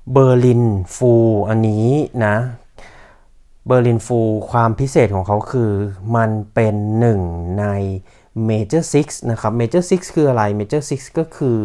เบอร์ลินฟูลอันนี้นะเบอร์ลินฟูลความพิเศษของเขาคือมันเป็นหนึ่งใน Major Six นะครับ Major Six คืออะไร Major Six ก็คือ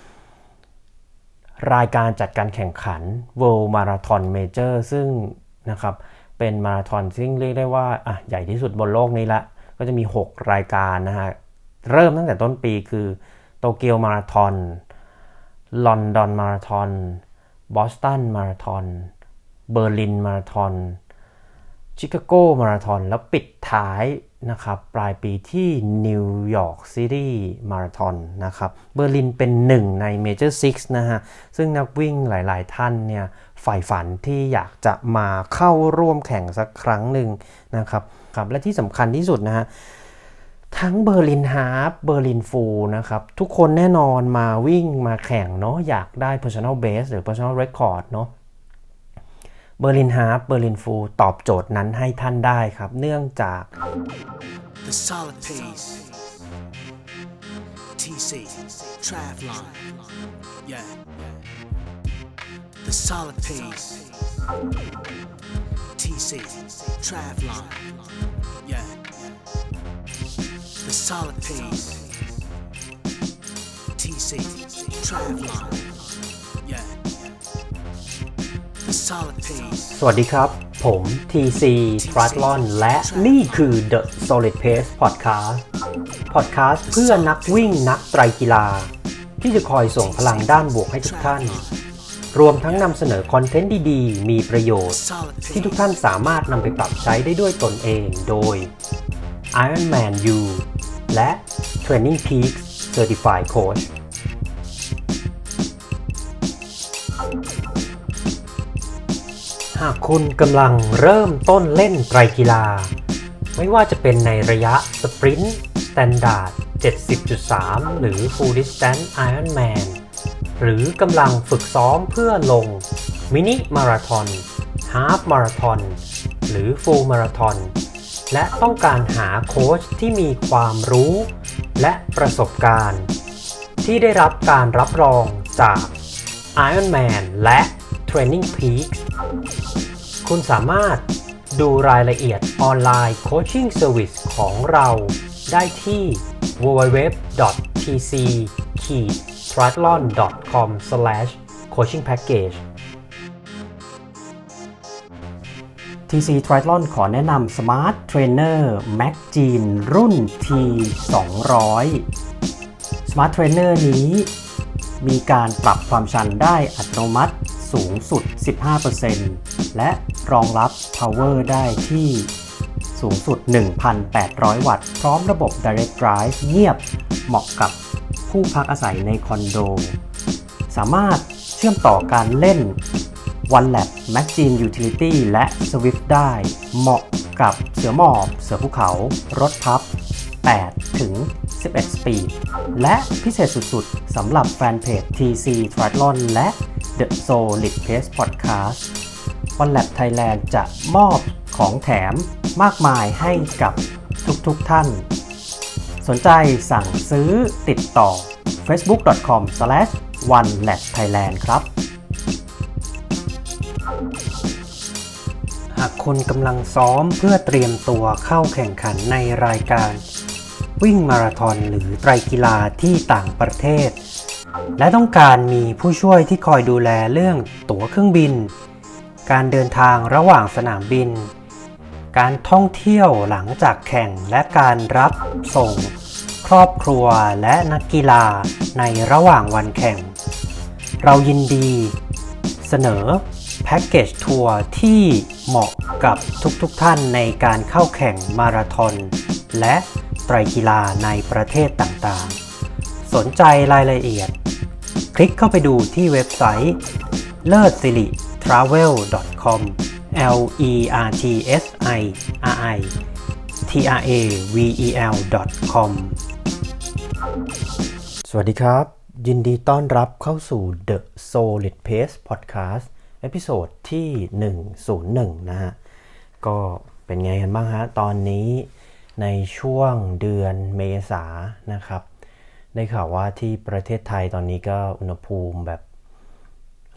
รายการจัดการแข่งขัน World Marathon Major ซึ่งนะครับเป็นมาราธอนซึ่งเรียกได้ว่าใหญ่ที่สุดบนโลกนี้ละก็จะมี6รายการนะฮะเริ่มตั้งแต่ต้นปีคือโตเกียวมาราธอนลอนดอนมาราธอนบอสตันมาราธอนเบอร์ลินมาราธอนชิคาโกมาราธอนแล้วปิดท้ายนะครับปลายปีที่นิวยอร์กซิตี้มาราธอนนะครับเบอร์ลินเป็นหนึ่งในเมเจอร์ซิกส์นะฮะซึ่งนักวิ่งหลายๆท่านเนี่ยใฝ่ฝันที่อยากจะมาเข้าร่วมแข่งสักครั้งหนึ่งนะครับและที่สำคัญที่สุดนะฮะทั้งเบอร์ลินฮาล์ฟเบอร์ลินฟูลนะครับทุกคนแน่นอนมาวิ่งมาแข่งเนาะอยากได้ personal best หรือ personal record เนาะเบอร์ลินฮาล์ฟเบอร์ลินฟูลตอบโจทย์นั้นให้ท่านได้ครับเนื่องจาก The solid pace TC Triathlon yeah The solid pace TC Triathlon yeah The solid pace TC Triathlon yeah The solid pace สวัสดีครับผม TC Triathlon และนี่คือ The Solid Pace Podcast เพื่อนักวิ่งนักไตรกีฬาที่จะคอยส่งพลังด้านบวกให้ทุกท่านรวมทั้งนำเสนอคอนเทนต์ดีๆมีประโยชน์ที่ทุกท่านสามารถนำไปปรับใช้ได้ด้วยตนเองโดย Ironman U และ Training Peaks Certified Coachหากคุณกำลังเริ่มต้นเล่นไตรกีฬาไม่ว่าจะเป็นในระยะสปรินต์สแตนดาร์ด 70.3 หรือ Full Distance Ironman หรือกำลังฝึกซ้อมเพื่อลงมินิมาราธอนฮาล์ฟมาราธอนหรือ Full Marathon และต้องการหาโค้ชที่มีความรู้และประสบการณ์ที่ได้รับการรับรองจาก Ironman และ Training Peaks คุณสามารถดูรายละเอียดออนไลน์โคชชิ่งเซอร์วิสของเราได้ที่ www.tc-triathlon.com/coachingpackage TC Triathlon ขอแนะนำ Smart Trainer Max Jean รุ่น T200 Smart Trainer นี้มีการปรับความชันได้อัตโนมัติสูงสุด 15% และรองรับ Power ได้ที่สูงสุด 1,800 วัตต์พร้อมระบบ Direct Drive เงียบเหมาะกับผู้พักอาศัยในคอนโดสามารถเชื่อมต่อการเล่น OneLab Max Jean Utility และ Swift ได้เหมาะกับเสือหมอบเสือภูเขารถพับ8 ถึง 11 Speed และพิเศษสุดๆสำหรับแฟนเพจ TC Triathlon และ The Solid Pace Podcast OneLab Thailand จะมอบของแถมมากมายให้กับทุกท่านสนใจสั่งซื้อติดต่อ facebook.com/onelabthailand ครับหากคุณกำลังซ้อมเพื่อเตรียมตัวเข้าแข่งขันในรายการวิ่งมาราธอนหรือไตรกีฬาที่ต่างประเทศและต้องการมีผู้ช่วยที่คอยดูแลเรื่องตั๋วเครื่องบินการเดินทางระหว่างสนามบินการท่องเที่ยวหลังจากแข่งและการรับส่งครอบครัวและนักกีฬาในระหว่างวันแข่งเรายินดีเสนอแพ็กเกจทัวร์ที่เหมาะกับทุกท่านในการเข้าแข่งมาราธอนและไตรกีฬาในประเทศต่างๆสนใจรายละเอียดคลิกเข้าไปดูที่เว็บไซต์เลิศสิริ travel.com lersitritravel.com สวัสดีครับยินดีต้อนรับเข้าสู่ The Solid Pace Podcast เอพิโซดที่101นะฮะก็เป็นไงกันบ้างฮะตอนนี้ในช่วงเดือนเมษายนนะครับได้ข่าวว่าที่ประเทศไทยตอนนี้ก็อุณหภูมิแบบ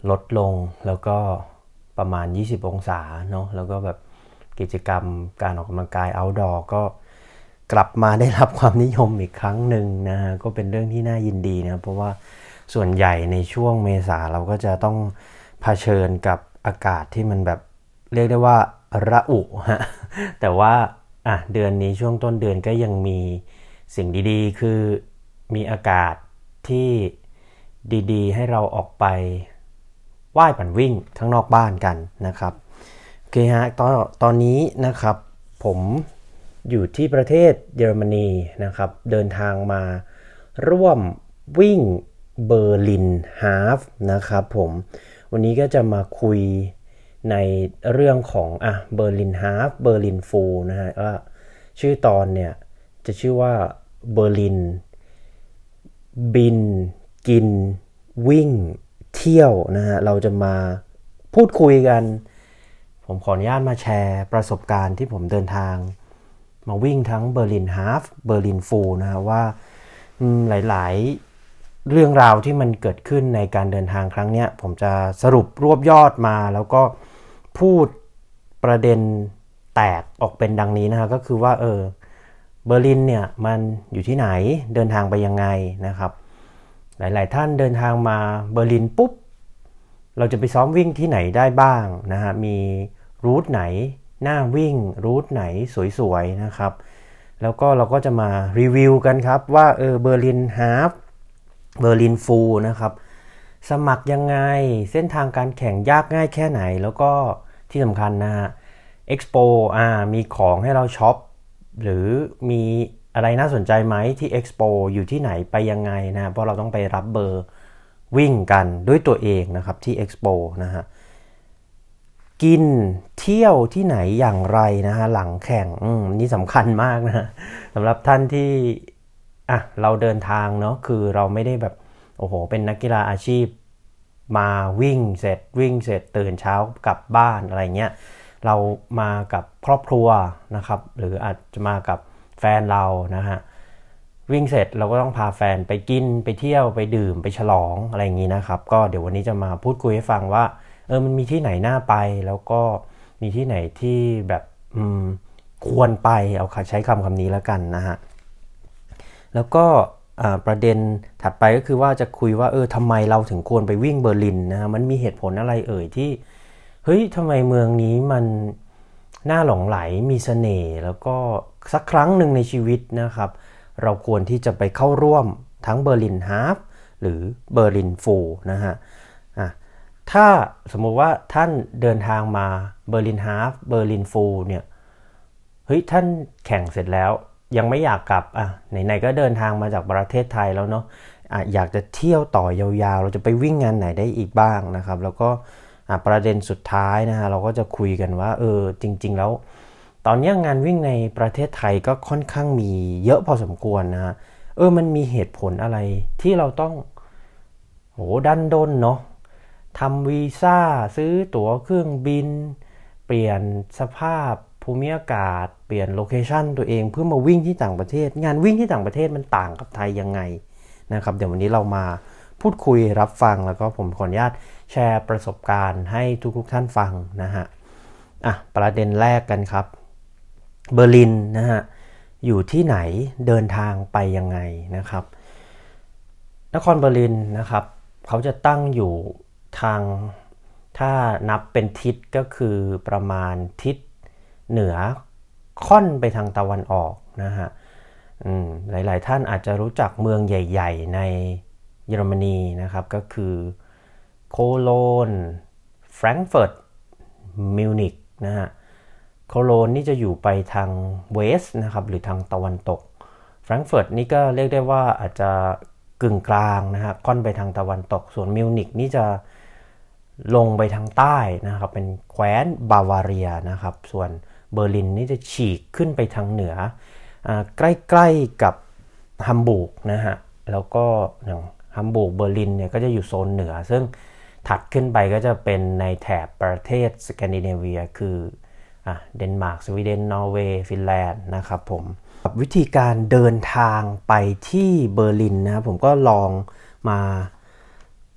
ลดลงแล้วก็ประมาณ20องศาเนาะแล้วก็แบบกิจกรรมการออกกำลังกาย outdoor ก็กลับมาได้รับความนิยมอีกครั้งหนึ่งนะฮะก็เป็นเรื่องที่น่ายินดีนะเพราะว่าส่วนใหญ่ในช่วงเมษาเราก็จะต้องเผชิญกับอากาศที่มันแบบเรียกได้ว่าระอุฮะแต่ว่าเดือนนี้ช่วงต้นเดือนก็ยังมีสิ่งดีๆคือมีอากาศที่ดีๆให้เราออกไปว่ายปั่นวิ่งข้างนอกบ้านกันนะครับโอเคฮะตอนนี้นะครับผมอยู่ที่ประเทศเยอรมนีนะครับเดินทางมาร่วมวิ่งเบอร์ลินฮาล์ฟนะครับผมวันนี้ก็จะมาคุยในเรื่องของเบอร์ลินฮาล์ฟเบอร์ลินฟูลนะฮะว่าชื่อตอนเนี่ยจะชื่อว่าเบอร์ลินบินกินวิ่งเที่ยวนะฮะเราจะมาพูดคุยกันผมขออนุญาตมาแชร์ประสบการณ์ที่ผมเดินทางมาวิ่งทั้งเบอร์ลินฮาล์ฟเบอร์ลินฟูลนะฮะว่าหลายๆเรื่องราวที่มันเกิดขึ้นในการเดินทางครั้งเนี้ยผมจะสรุปรวบยอดมาแล้วก็พูดประเด็นแตกออกเป็นดังนี้นะฮะก็คือว่าเบอร์ลินเนี่ยมันอยู่ที่ไหนเดินทางไปยังไงนะครับหลายๆท่านเดินทางมาเบอร์ลินปุ๊บเราจะไปซ้อมวิ่งที่ไหนได้บ้างนะฮะมีรูทไหนน่าวิ่งรูทไหนสวยๆนะครับแล้วก็เราก็จะมารีวิวกันครับว่าเบอร์ลินฮาล์ฟเบอร์ลินฟูลนะครับสมัครยังไงเส้นทางการแข่งยากง่ายแค่ไหนแล้วก็ที่สำคัญนะฮะเอ็กซ์โปมีของให้เราช็อปหรือมีอะไรน่าสนใจไหมที่เอ็กซ์โปอยู่ที่ไหนไปยังไงนะเพราะเราต้องไปรับเบอร์วิ่งกันด้วยตัวเองนะครับที่เอ็กซ์โปนะฮะกินเที่ยวที่ไหนอย่างไรนะฮะหลังแข่งนี่สำคัญมากนะสำหรับท่านที่เราเดินทางเนาะคือเราไม่ได้แบบโอ้โหเป็นนักกีฬาอาชีพมาวิ่งเสร็จตื่นเช้ากลับบ้านอะไรเงี้ยเรามากับครอบครัวนะครับหรืออาจจะมากับแฟนเรานะฮะวิ่งเสร็จเราก็ต้องพาแฟนไปกินไปเที่ยวไปดื่มไปฉลองอะไรอย่างนี้นะครับก็เดี๋ยววันนี้จะมาพูดคุยให้ฟังว่ามันมีที่ไหนน่าไปแล้วก็มีที่ไหนที่แบบควรไปเอาใช้คำนี้แล้วกันนะฮะแล้วก็ประเด็นถัดไปก็คือว่าจะคุยว่าทำไมเราถึงควรไปวิ่งเบอร์ลินนะฮะมันมีเหตุผลอะไรที่เฮ้ยทำไมเมืองนี้มันน่าหลงไหลมีเสน่ห์แล้วก็สักครั้งหนึ่งในชีวิตนะครับเราควรที่จะไปเข้าร่วมทั้งเบอร์ลินฮาล์ฟหรือเบอร์ลินฟูลนะฮะถ้าสมมุติว่าท่านเดินทางมาเบอร์ลินฮาล์ฟเบอร์ลินฟูลเนี่ยเฮ้ยท่านแข่งเสร็จแล้วยังไม่อยากกลับไหนๆก็เดินทางมาจากประเทศไทยแล้วเนาะอยากจะเที่ยวต่อยาวๆเราจะไปวิ่งงานไหนได้อีกบ้างนะครับแล้วก็ประเด็นสุดท้ายนะฮะเราก็จะคุยกันว่าจริงๆแล้วตอนนี้งานวิ่งในประเทศไทยก็ค่อนข้างมีเยอะพอสมควรนะฮะมันมีเหตุผลอะไรที่เราต้องดันด้นเนาะทำวีซ่าซื้อตั๋วเครื่องบินเปลี่ยนสภาพภูมิอากาศเปลี่ยนโลเคชั่นตัวเองเพื่อมาวิ่งที่ต่างประเทศงานวิ่งที่ต่างประเทศมันต่างกับไทยยังไงนะครับเดี๋ยววันนี้เรามาพูดคุยรับฟังแล้วก็ผมขออนุญาตแชร์ประสบการณ์ให้ทุกท่านฟังนะฮะประเด็นแรกกันครับเบอร์ลินนะฮะอยู่ที่ไหนเดินทางไปยังไงนะครับนครเบอร์ลินนะครับเขาจะตั้งอยู่ทางถ้านับเป็นทิศก็คือประมาณทิศเหนือค่อนไปทางตะวันออกนะฮะหลายๆท่านอาจจะรู้จักเมืองใหญ่ๆในเยอรมนีนะครับก็คือโคโลนแฟรงก์เฟิร์ตมิวนิกนะฮะโคโลนนี่จะอยู่ไปทางเวสต์นะครับหรือทางตะวันตกแฟรงก์เฟิร์ตนี่ก็เรียกได้ว่าอาจจะกึ่งกลางนะฮะค่อนไปทางตะวันตกส่วนมิวนิกนี่จะลงไปทางใต้นะครับเป็นแคว้นบาวาเรียนะครับส่วนเบอร์ลินนี่จะฉีกขึ้นไปทางเหนือใกล้ๆกับฮัมบูร์กนะฮะแล้วก็อย่างฮัมบูร์กเบอร์ลินเนี่ยก็จะอยู่โซนเหนือซึ่งถัดขึ้นไปก็จะเป็นในแถบประเทศสแกนดิเนเวียคือเดนมาร์กสวีเดนนอร์เวย์ฟินแลนด์นะครับผมวิธีการเดินทางไปที่เบอร์ลินนะครับผมก็ลองมา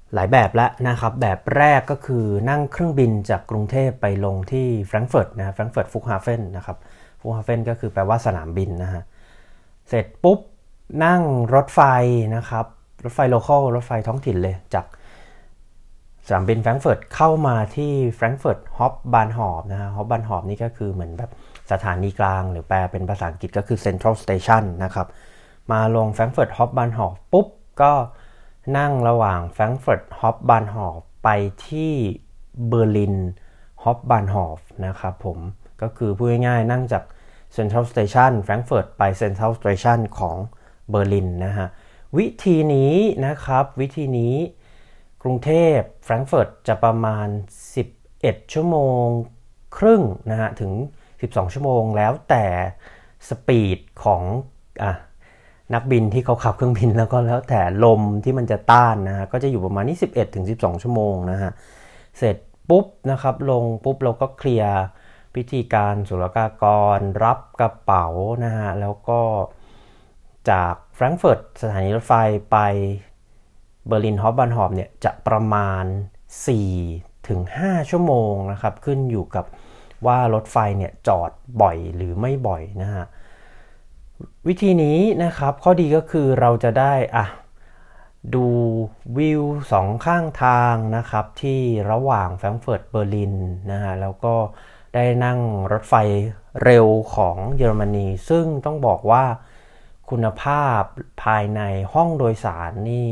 หลายแบบแล้วนะครับแบบแรกก็คือนั่งเครื่องบินจากกรุงเทพไปลงที่แฟรงก์เฟิร์ตนะแฟรงก์เฟิร์ตฟุกฮาเฟนนะครับฟุกฮาเฟนก็คือแปลว่าสนามบินนะฮะเสร็จปุ๊บนั่งรถไฟนะครับรถไฟโลคอลรถไฟท้องถิ่นเลยจากสนามบินแฟรงก์เฟิร์ตเข้ามาที่แฟรงก์เฟิร์ตฮอปบานฮอฟนะฮะฮอปบานฮอฟนี่ก็คือเหมือนแบบสถานีกลางหรือแปลเป็นภาษาอังกฤษก็คือเซ็นทรัลสเตชันนะครับมาลงแฟรงก์เฟิร์ตฮอปบานฮอฟปุ๊บก็นั่งระหว่างแฟรงก์เฟิร์ตฮอปบานฮอฟไปที่เบอร์ลินฮอปบานฮอฟนะครับผมก็คือพูดง่ายๆนั่งจากเซ็นทรัลสเตชันแฟรงก์เฟิร์ตไปเซ็นทรัลสเตชันของเบอร์ลินนะฮะวิธีนี้นะครับวิธีนี้กรุงเทพแฟรงก์เฟิร์ตจะประมาณ11ชั่วโมงครึ่งนะฮะถึง12ชั่วโมงแล้วแต่สปีดของนักบินที่เขาขับเครื่องบินแล้วก็แล้วแต่ลมที่มันจะต้านนะฮะก็จะอยู่ประมาณนี้11ถึง12ชั่วโมงนะฮะเสร็จปุ๊บนะครับลงปุ๊บเราก็เคลียร์พิธีการศุลกากรรับกระเป๋านะฮะแล้วก็จากแฟรงก์เฟิร์ตสถานีรถไฟไปเบอร์ลินฮอปบานฮอฟเนี่ยจะประมาณ4ถึง5ชั่วโมงนะครับขึ้นอยู่กับว่ารถไฟเนี่ยจอดบ่อยหรือไม่บ่อยนะฮะวิธีนี้นะครับข้อดีก็คือเราจะได้ดูวิวสองข้างทางนะครับที่ระหว่างแฟรงก์เฟิร์ตเบอร์ลินนะฮะแล้วก็ได้นั่งรถไฟเร็วของเยอรมนีซึ่งต้องบอกว่าคุณภาพภายในห้องโดยสารนี่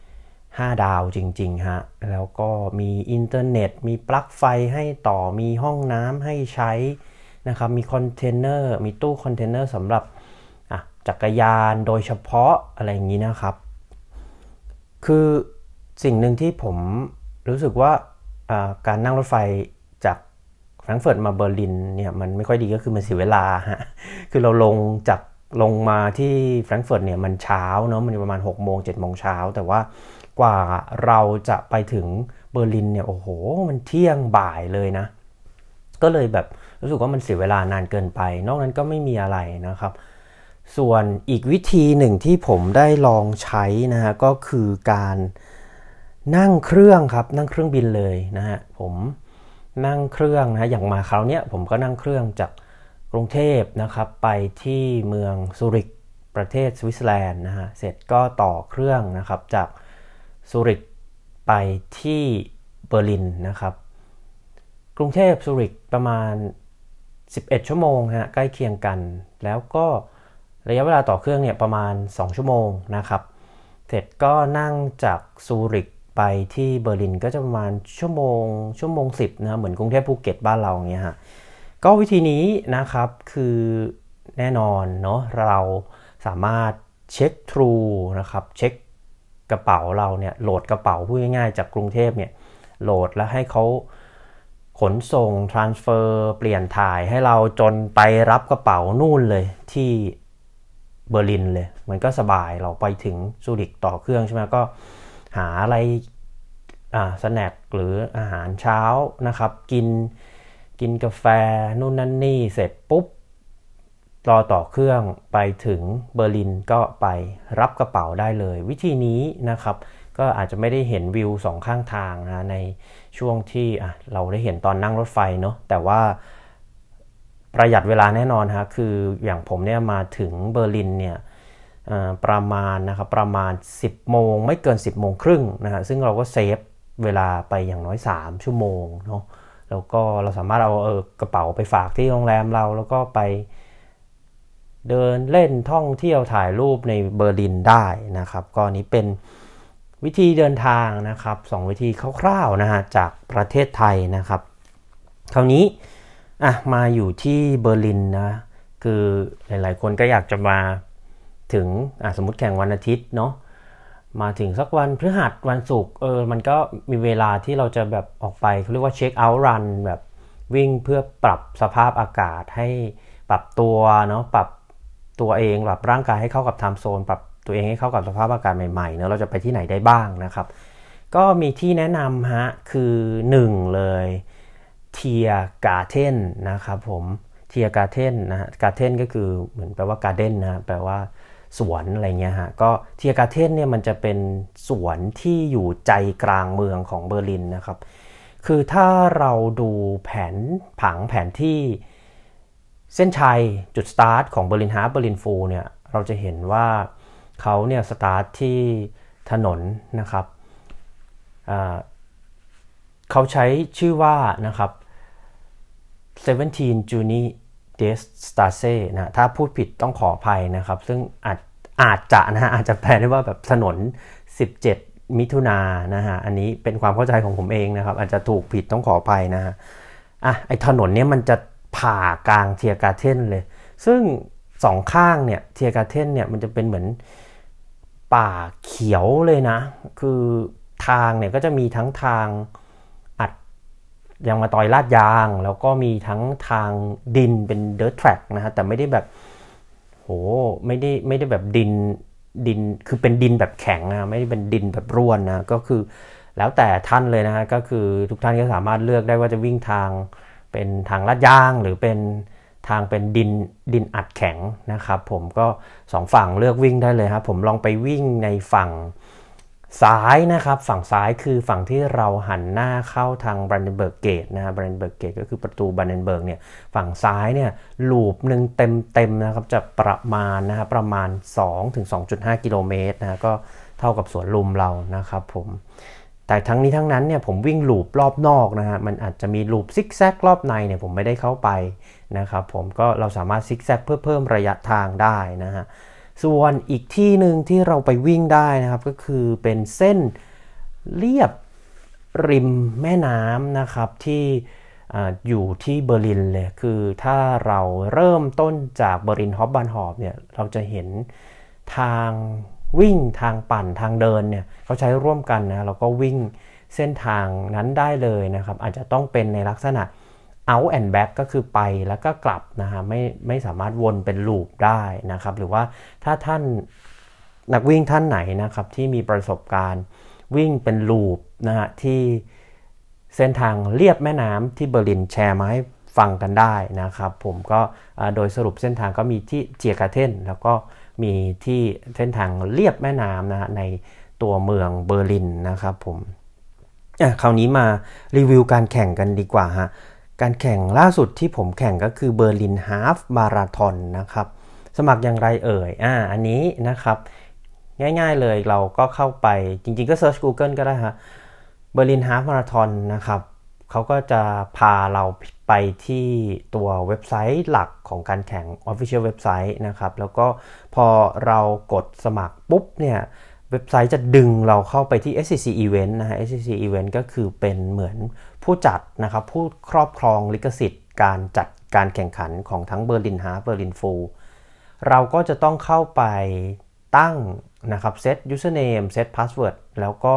5ดาวจริงๆฮะแล้วก็มีอินเทอร์เน็ตมีปลั๊กไฟให้ต่อมีห้องน้ำให้ใช้นะครับมีคอนเทนเนอร์มีตู้คอนเทนเนอร์สำหรับจักรยานโดยเฉพาะอะไรอย่างนี้นะครับคือสิ่งหนึ่งที่ผมรู้สึกว่าการนั่งรถไฟจากแฟรงก์เฟิร์ตมาเบอร์ลินเนี่ยมันไม่ค่อยดีก็คือมันเสียเวลาฮะคือเราลงมาที่แฟรงก์เฟิร์ตเนี่ยมันเช้าเนาะมันประมาณ6โมง7โมงเช้าแต่ว่ากว่าเราจะไปถึงเบอร์ลินเนี่ยโอ้โหมันเที่ยงบ่ายเลยนะก็เลยแบบรู้สึกว่ามันเสียเวลานานเกินไปนอกนั้นก็ไม่มีอะไรนะครับส่วนอีกวิธีหนึ่งที่ผมได้ลองใช้นะฮะก็คือการนั่งเครื่องครับนั่งเครื่องบินเลยนะฮะผมนั่งเครื่องนะอย่างมาคราวนี้ผมก็นั่งเครื่องจากกรุงเทพนะครับไปที่เมืองซูริกประเทศสวิตเซอร์แลนด์นะฮะเสร็จก็ต่อเครื่องนะครับจากซูริกไปที่เบอร์ลินนะครับกรุงเทพซูริกประมาณ11ชั่วโมงฮะใกล้เคียงกันแล้วก็ระยะเวลาต่อเครื่องเนี่ยประมาณ2ชั่วโมงนะครับเสร็จก็นั่งจากซูริกไปที่เบอร์ลินก็จะประมาณชั่วโมง10นะเหมือนกรุงเทพภูเก็ตบ้านเราอย่างเงี้ยฮะก็วิธีนี้นะครับคือแน่นอนเนาะเราสามารถเช็ค True นะครับเช็คกระเป๋าเราเนี่ยโหลดกระเป๋าพูดง่ายๆจากกรุงเทพเนี่ยโหลดแล้วให้เขาขนส่ง transfer เปลี่ยนถ่ายให้เราจนไปรับกระเป๋านู่นเลยที่เบอร์ลินเลยมันก็สบายเราไปถึงซูริกต่อเครื่องใช่ไหมก็หาอะไรสแน็คหรืออาหารเช้านะครับกินกาแฟนู่นนั่นนี่เสร็จปุ๊บรอต่อเครื่องไปถึงเบอร์ลินก็ไปรับกระเป๋าได้เลยวิธีนี้นะครับก็อาจจะไม่ได้เห็นวิวสองข้างทางนะในช่วงที่เราได้เห็นตอนนั่งรถไฟเนาะแต่ว่าประหยัดเวลาแน่นอนฮะคืออย่างผมเนี่ยมาถึงเบอร์ลินเนี่ยประมาณ10โมงไม่เกิน10โมงครึ่งนะฮะซึ่งเราก็เซฟเวลาไปอย่างน้อย3ชั่วโมงเนาะแล้วก็เราสามารถเอากระเป๋าไปฝากที่โรงแรมเราแล้วก็ไปเดินเล่นท่องเที่ยวถ่ายรูปในเบอร์ลินได้นะครับก็นี้เป็นวิธีเดินทางนะครับ2วิธีคร่าวๆนะฮะจากประเทศไทยนะครับคราวนี้มาอยู่ที่เบอร์ลินนะคือหลายๆคนก็อยากจะมาถึงสมมุติแข่งวันอาทิตย์เนาะมาถึงสักวันพฤหัสวันศุกร์มันก็มีเวลาที่เราจะแบบออกไปเขาเรียกว่าเช็คเอาท์รันแบบวิ่งเพื่อปรับสภาพอากาศให้ปรับตัวเนาะปรับตัวเองปรับร่างกายให้เข้ากับไทม์โซนปรับตัวเองให้เข้ากับสภาพอากาศใหม่ๆเนาะเราจะไปที่ไหนได้บ้างนะครับก็มีที่แนะนำฮะคือ1เลยเทียการ์เทนนะครับผมเทียการ์เทนนะฮะการ์เทนก็คือเหมือนแปลว่าการ์เด้นนะแปลว่าสวนอะไรเงี้ยฮะก็เทียการ์เทนเนี่ยมันจะเป็นสวนที่อยู่ใจกลางเมืองของเบอร์ลินนะครับคือถ้าเราดูแผนที่เส้นชัยจุดสตาร์ทของเบอร์ลินฮาร์ฟเบอร์ลินฟูลเนี่ยเราจะเห็นว่าเขาเนี่ยสตาร์ทที่ถนนนะครับเขาใช้ชื่อว่านะครับ17 Juni des Straße นะถ้าพูดผิดต้องขออภัยนะครับซึ่งอาจจะแปลได้ว่าแบบถนน17มิถุนายนนะฮะอันนี้เป็นความเข้าใจของผมเองนะครับอาจจะถูกผิดต้องขออภัยนะฮะไอถนนเนี้ยมันจะผ่ากลางเทียการ์เทนเลยซึ่งสองข้างเนี่ยเทียการ์เทนเนี่ยมันจะเป็นเหมือนป่าเขียวเลยนะคือทางเนี่ยก็จะมีทั้งทางอัดยางมะตอยลาดยางแล้วก็มีทั้งทางดินเป็น dirt track นะฮะแต่ไม่ได้แบบไม่ได้แบบดินคือเป็นดินแบบแข็งนะไม่ได้เป็นดินแบบร่วนนะก็คือแล้วแต่ท่านเลยนะฮะก็คือทุกท่านก็สามารถเลือกได้ว่าจะวิ่งทางเป็นทางลาดยางหรือเป็นทางเป็นดินอัดแข็งนะครับผมก็2ฝั่งเลือกวิ่งได้เลยครับผมลองไปวิ่งในฝั่งซ้ายนะครับฝั่งซ้ายคือฝั่งที่เราหันหน้าเข้าทางบรันเดนเบิร์กเกตนะฮะบรันเดนเบิร์กเกตก็คือประตูบรันเดนเบิร์กเนี่ยฝั่งซ้ายเนี่ยลูปนึงเต็มนะครับจะประมาณนะฮะประมาณ 2-2.5 กิโลเมตรนะก็เท่ากับสวนลุมเรานะครับผมแต่ทั้งนี้ทั้งนั้นเนี่ยผมวิ่งลูปรอบนอกนะฮะมันอาจจะมีลูปซิกแซกรอบในเนี่ยผมไม่ได้เข้าไปนะครับผมก็เราสามารถซิกแซกเพื่อเพิ่มระยะทางได้นะฮะส่วนอีกที่หนึ่งที่เราไปวิ่งได้นะครับก็คือเป็นเส้นเลียบริมแม่น้ำนะครับที่อยู่ที่เบอร์ลินเลยคือถ้าเราเริ่มต้นจากเบอร์ลินฮอฟบานฮอฟเนี่ยเราจะเห็นทางวิ่งทางปั่นทางเดินเนี่ยเขาใช้ร่วมกันนะเราก็วิ่งเส้นทางนั้นได้เลยนะครับอาจจะต้องเป็นในลักษณะout and back ก็คือไปแล้วก็กลับนะฮะไม่สามารถวนเป็นลูปได้นะครับหรือว่าถ้าท่านนักวิ่งท่านไหนนะครับที่มีประสบการณ์วิ่งเป็นลูปนะฮะที่เส้นทางเลียบแม่น้ำที่เบอร์ลินแชร์มาให้ฟังกันได้นะครับผมก็โดยสรุปเส้นทางก็มีที่เจียการ์เทนแล้วก็มีที่เส้นทางเลียบแม่น้ำนะฮะในตัวเมืองเบอร์ลินนะครับผมคราวนี้มารีวิวการแข่งกันดีกว่าฮะการแข่งล่าสุดที่ผมแข่งก็คือเบอร์ลินฮาล์ฟมาราธอนนะครับสมัครอย่างไรเอ่ยอันนี้นะครับง่ายๆเลยเราก็เข้าไปจริงๆก็เซิร์ช Google ก็ได้ฮะเบอร์ลินฮาล์ฟมาราธอนนะครับเขาก็จะพาเราไปที่ตัวเว็บไซต์หลักของการแข่ง Official เว็บไซต์นะครับแล้วก็พอเรากดสมัครปุ๊บเนี่ยเว็บไซต์จะดึงเราเข้าไปที่ SCC Event นะฮะ SCC Event ก็คือเป็นเหมือนผู้จัดนะครับผู้ครอบครองลิขสิทธิ์การจัดการแข่งขันของทั้งเบอร์ลินฮาล์ฟเบอร์ลินฟูลเราก็จะต้องเข้าไปตั้งนะครับเซต username เซต password แล้วก็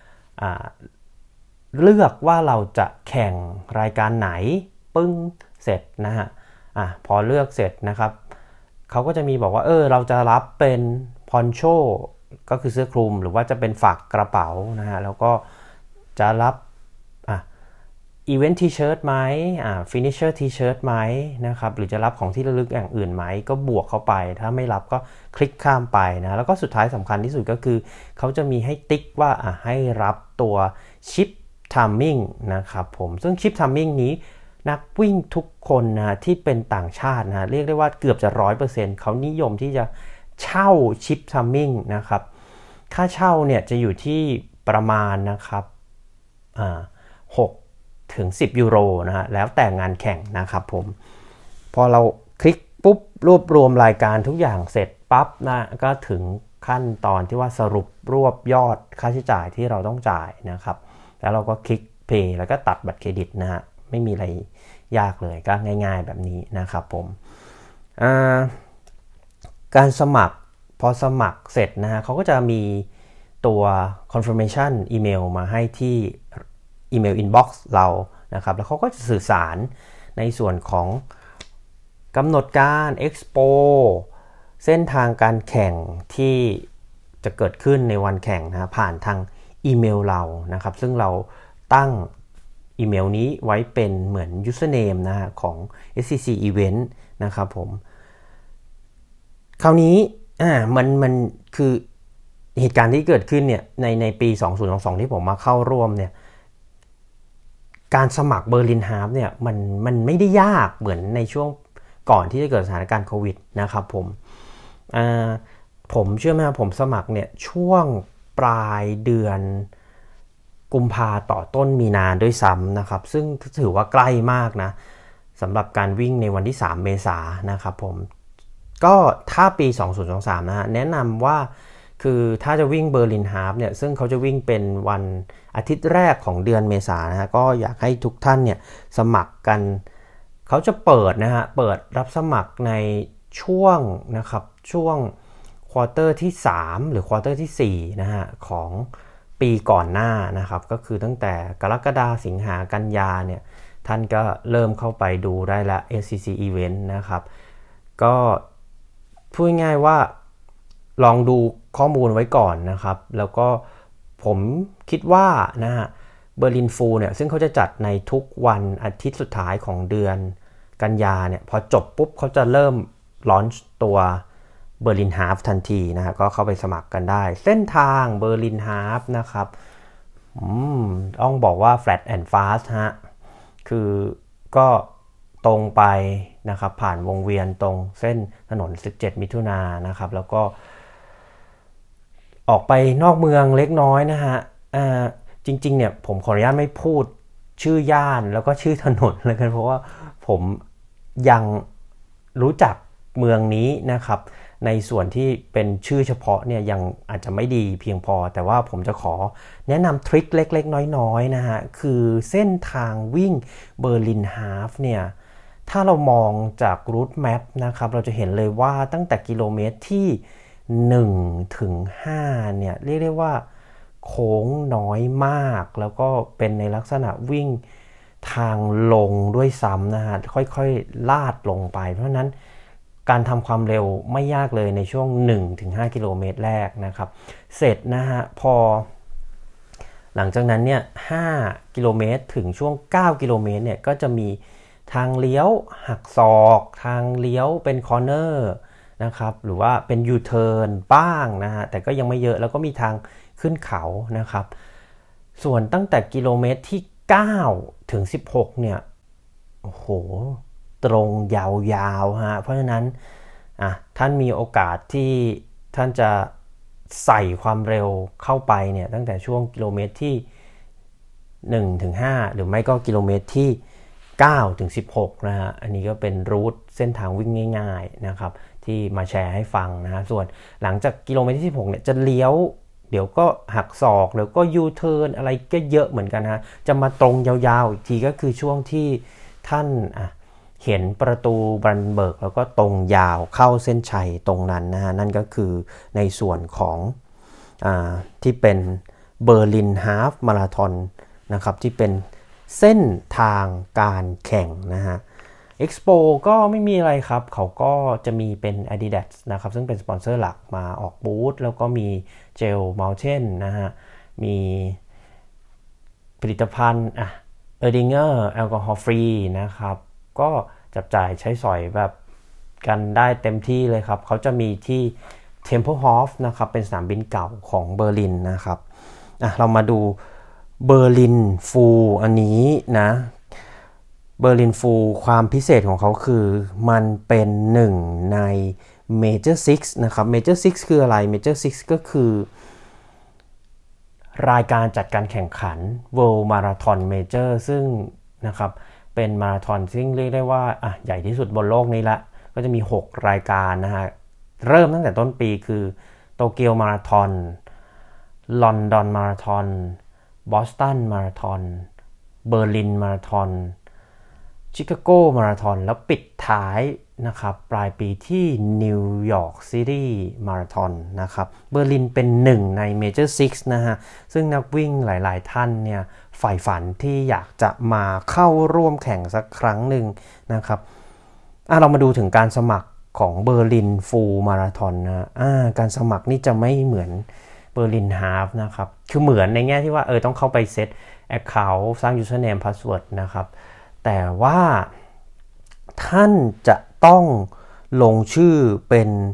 เลือกว่าเราจะแข่งรายการไหนปึ้งเสร็จนะฮะพอเลือกเสร็จนะครับเขาก็จะมีบอกว่าเราจะรับเป็นพอนโชก็คือเสื้อคลุมหรือว่าจะเป็นฝากกระเป๋านะฮะแล้วก็จะรับอีเวนต์ทีเชิ้ตไหมฟินิชเชอร์ทีเชิ้ตไหมนะครับหรือจะรับของที่ระลึกอย่างอื่นไหมก็บวกเข้าไปถ้าไม่รับก็คลิกข้ามไปนะแล้วก็สุดท้ายสำคัญที่สุดก็คือเขาจะมีให้ติ๊กว่าให้รับตัวชิปทัมมิ่งนะครับผมซึ่งชิปทัมมิ่งนี้นักวิ่งทุกคนนะที่เป็นต่างชาตินะเรียกได้ว่าเกือบจะ 100% เขานิยมที่จะเช่าชิปทัมมิ่งนะครับค่าเช่าเนี่ยจะอยู่ที่ประมาณนะครับ6 ถึง 10 ยูโรนะฮะแล้วแต่งานแข่งนะครับผมพอเราคลิกปุ๊บรวบรวมรายการทุกอย่างเสร็จปั๊บนะก็ถึงขั้นตอนที่ว่าสรุปรวบยอดค่าใช้จ่ายที่เราต้องจ่ายนะครับแล้วเราก็คลิก Pay แล้วก็ตัดบัตรเครดิตนะฮะไม่มีอะไรยากเลยก็ง่ายๆแบบนี้นะครับผมการสมัครพอสมัครเสร็จนะฮะเขาก็จะมีตัว confirmation อีเมลมาให้ที่อีเมล inbox เรานะครับแล้วเขาก็จะสื่อสารในส่วนของกำหนดการ expo เส้นทางการแข่งที่จะเกิดขึ้นในวันแข่งนะผ่านทางอีเมลเรานะครับซึ่งเราตั้งอีเมลนี้ไว้เป็นเหมือน username นะฮะของ SCC Event นะครับผมคราวนี้มันคือเหตุการณ์ที่เกิดขึ้นเนี่ยในปี2022ที่ผมมาเข้าร่วมเนี่ยการสมัครเบอร์ลินฮาล์ฟเนี่ยมันไม่ได้ยากเหมือนในช่วงก่อนที่จะเกิดสถานการณ์โควิดนะครับผมเชื่อไหมครับผมสมัครเนี่ยช่วงปลายเดือนกุมภาต่อต้นมีนาด้วยซ้ำนะครับซึ่งถือว่าใกล้มากนะสำหรับการวิ่งในวันที่3เมษายนนะครับผมก็ถ้าปี2023นะฮะแนะนำว่าคือถ้าจะวิ่งเบอร์ลินฮาล์ฟเนี่ยซึ่งเขาจะวิ่งเป็นวันอาทิตย์แรกของเดือนเมษายนนะฮะก็อยากให้ทุกท่านเนี่ยสมัครกันเขาจะเปิดนะฮะเปิดรับสมัครในช่วงนะครับช่วงควอเตอร์ที่3หรือควอเตอร์ที่4นะฮะของปีก่อนหน้านะครับก็คือตั้งแต่กรกฎาคมสิงหากันยาเนี่ยท่านก็เริ่มเข้าไปดูได้ละ SCC Event นะครับก็พูดง่ายว่าลองดูข้อมูลไว้ก่อนนะครับแล้วก็ผมคิดว่านะฮะเบอร์ลินฟูลเนี่ยซึ่งเขาจะจัดในทุกวันอาทิตย์สุดท้ายของเดือนกันยาเนี่ยพอจบปุ๊บเขาจะเริ่มลอนช์ตัวเบอร์ลินฮาล์ฟทันทีนะฮะก็เข้าไปสมัครกันได้เส้นทางเบอร์ลินฮาล์ฟนะครับต้องบอกว่า flat and fast ฮะคือก็ตรงไปนะครับผ่านวงเวียนตรงเส้นถนน17มิถุนายนนะครับแล้วก็ออกไปนอกเมืองเล็กน้อยนะฮะจริงๆเนี่ยผมขออนุญาตไม่พูดชื่อย่านแล้วก็ชื่อถนนเลยกันเพราะว่าผมยังรู้จักเมืองนี้นะครับในส่วนที่เป็นชื่อเฉพาะเนี่ยยังอาจจะไม่ดีเพียงพอแต่ว่าผมจะขอแนะนำทริคเล็กๆน้อยๆนะฮะคือเส้นทางวิ่งเบอร์ลินฮาล์ฟเนี่ยถ้าเรามองจากรูทแมปนะครับเราจะเห็นเลยว่าตั้งแต่กิโลเมตรที่1ถึง5เนี่ยเรียกได้ว่าโค้งน้อยมากแล้วก็เป็นในลักษณะวิ่งทางลงด้วยซ้ำนะฮะค่อยๆลาดลงไปเพราะนั้นการทำความเร็วไม่ยากเลยในช่วง 1-5 กิโลเมตรแรกนะครับเสร็จนะฮะพอหลังจากนั้นเนี่ย5กิโลเมตรถึงช่วง9กิโลเมตรเนี่ยก็จะมีทางเลี้ยวหักศอกทางเลี้ยวเป็นคอร์เนอร์นะครับหรือว่าเป็นยูเทิร์นบ้างนะฮะแต่ก็ยังไม่เยอะแล้วก็มีทางขึ้นเขานะครับส่วนตั้งแต่กิโลเมตรที่9ถึง16เนี่ยโอ้โหตรงยาวๆฮะเพราะฉะนั้นท่านมีโอกาสที่ท่านจะใส่ความเร็วเข้าไปเนี่ยตั้งแต่ช่วงกิโลเมตรที่1ถึง5หรือไม่ก็กิโลเมตรที่9ถึง16นะฮะอันนี้ก็เป็นรูทเส้นทางวิ่งง่ายๆนะครับที่มาแชร์ให้ฟังนะฮะส่วนหลังจากกิโลเมตรที่16เนี่ยจะเลี้ยวเดี๋ยวก็หักศอกเดี๋ยวก็ยูเทิร์นอะไรก็เยอะเหมือนกันฮะจะมาตรงยาวๆอีกทีก็คือช่วงที่ท่านเห็นประตูบรันเบิร์กแล้วก็ตรงยาวเข้าเส้นชัยตรงนั้นนะฮะนั่นก็คือในส่วนของที่เป็นเบอร์ลินฮาล์ฟมาราธอนนะครับที่เป็นเส้นทางการแข่งนะฮะ Expo ก็ไม่มีอะไรครับเขาก็จะมีเป็น Adidas นะครับซึ่งเป็นสปอนเซอร์หลักมาออกบูธแล้วก็มีเจลเมลเทนนะฮะมีผลิตภัณฑ์Erdinger แอลกอฮอล์ฟรีนะครับก็จับจ่ายใช้สอยแบบกันได้เต็มที่เลยครับเขาจะมีที่ Tempelhof นะครับเป็นสนามบินเก่าของเบอร์ลินนะครับเรามาดูเบอร์ลินฟูลอันนี้นะเบอร์ลินฟูลความพิเศษของเขาคือมันเป็นหนึ่งใน Major 6นะครับ Major 6คืออะไร Major 6ก็คือรายการจัดการแข่งขัน World Marathon Major ซึ่งนะครับเป็นมาราธอนซึ่งเรียกได้ว่าใหญ่ที่สุดบนโลกนี้ละก็จะมี6รายการนะฮะเริ่มตั้งแต่ต้นปีคือโตเกียวมาราธอนลอนดอนมาราธอนบอสตันมาราธอนเบอร์ลินมาราธอนชิคาโกมาราธอนแล้วปิดท้ายนะครับปลายปีที่นิวยอร์กซิตี้มาราธอนนะครับเบอร์ลินเป็นหนึ่งในเมเจอร์6นะฮะซึ่งนักวิ่งหลายๆท่านเนี่ยใฝ่ฝันที่อยากจะมาเข้าร่วมแข่งสักครั้งหนึ่งนะครับเรามาดูถึงการสมัครของเบอร์ลินฟูลมาราธอนนะการสมัครนี่จะไม่เหมือนเบอร์ลินฮาล์ฟนะครับคือเหมือนในแง่ที่ว่าต้องเข้าไปเซต Account สร้าง Username Password นะครับแต่ว่าท่านจะต้องลงชื่อเป็น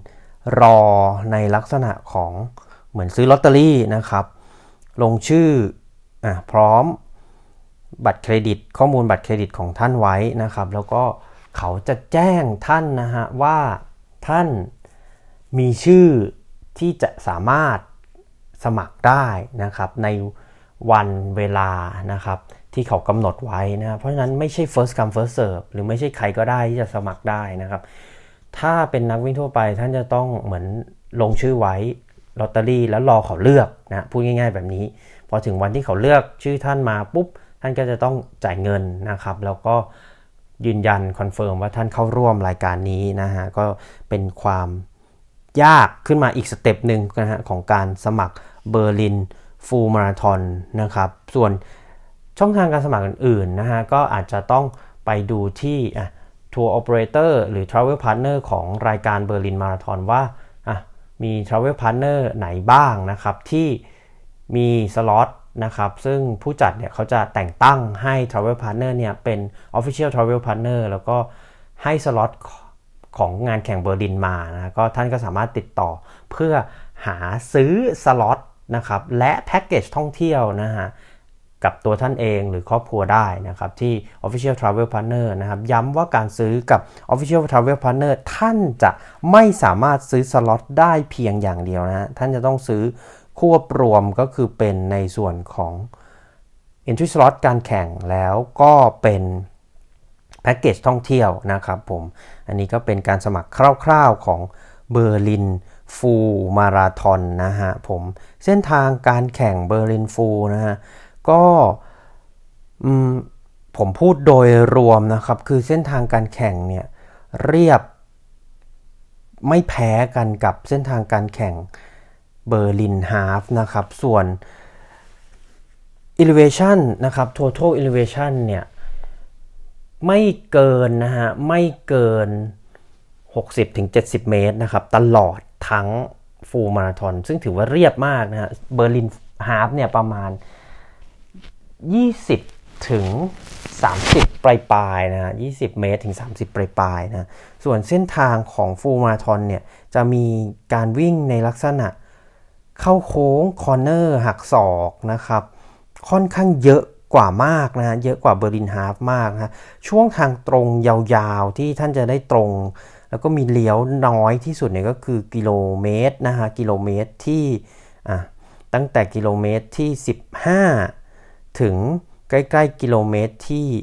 รอในลักษณะของเหมือนซื้อลอตเตอรี่นะครับลงชื่อพร้อมบัตรเครดิตข้อมูลบัตรเครดิตของท่านไว้นะครับแล้วก็เขาจะแจ้งท่านนะฮะว่าท่านมีชื่อที่จะสามารถสมัครได้นะครับในวันเวลานะครับที่เขากำหนดไว้นะเพราะฉะนั้นไม่ใช่ first come first serve หรือไม่ใช่ใครก็ได้ที่จะสมัครได้นะครับถ้าเป็นนักวิ่งทั่วไปท่านจะต้องเหมือนลงชื่อไว้ลอตเตอรี่แล้วรอเขาเลือกนะพูดง่ายๆแบบนี้พอถึงวันที่เขาเลือกชื่อท่านมาปุ๊บท่านก็จะต้องจ่ายเงินนะครับแล้วก็ยืนยันคอนเฟิร์มว่าท่านเข้าร่วมรายการนี้นะฮะก็เป็นความยากขึ้นมาอีกสเต็ปหนึ่งนะฮะของการสมัครเบอร์ลินฟูลมาราธอนนะครับส่วนช่องทางการสมัครอื่นๆนะฮะก็อาจจะต้องไปดูที่ทัวร์โอเปอเรเตอร์หรือ Travel Partner ของรายการเบอร์ลินมาราธอนว่ามี Travel Partner ไหนบ้างนะครับที่มีสล็อตนะครับซึ่งผู้จัดเนี่ยเขาจะแต่งตั้งให้ Travel Partner เนี่ยเป็น Official Travel Partner แล้วก็ให้สล็อตของงานแข่งเบอร์ลินมานะก็ท่านก็สามารถติดต่อเพื่อหาซื้อสล็อตนะครับและแพ็กเกจท่องเที่ยวนะฮะกับตัวท่านเองหรือครอบครัวได้นะครับที่ Official Travel Partner นะครับย้ำว่าการซื้อกับ Official Travel Partner ท่านจะไม่สามารถซื้อสล็อตได้เพียงอย่างเดียวนะฮะท่านจะต้องซื้อควบรวมก็คือเป็นในส่วนของ Entry Slot การแข่งแล้วก็เป็นแพ็กเกจท่องเที่ยวนะครับผมอันนี้ก็เป็นการสมัครคร่าวๆของเบอร์ลินฟูลมาราธอนนะฮะผมเส้นทางการแข่งเบอร์ลินฟูลนะฮะก็ผมพูดโดยรวมนะครับคือเส้นทางการแข่งเนี่ยเรียบไม่แพ้กันกับเส้นทางการแข่งเบอร์ลินฮาล์ฟนะครับส่วน elevation นะครับ total elevation เนี่ยไม่เกินนะฮะไม่เกิน 60-70 เมตรนะครับตลอดทั้งฟูลมาราธอนซึ่งถือว่าเรียบมากนะฮะเบอร์ลินฮาล์ฟเนี่ยประมาณ20-30 ปลายๆนะฮะ20 เมตรถึง 30 ปลายๆนะส่วนเส้นทางของฟูลมาราธอนเนี่ยจะมีการวิ่งในลักษณะเข้าโค้งคอร์เนอร์หักศอกนะครับค่อนข้างเยอะกว่ามากนะฮะเยอะกว่าเบอร์ลินฮาล์ฟมากนะช่วงทางตรงยาวๆที่ท่านจะได้ตรงแล้วก็มีเลี้ยวน้อยที่สุดเนี่ยก็คือกิโลเมตรนะฮะกิโลเมตรที่ตั้งแต่กิโลเมตรที่15ถึงใกล้ๆกิโลเมตร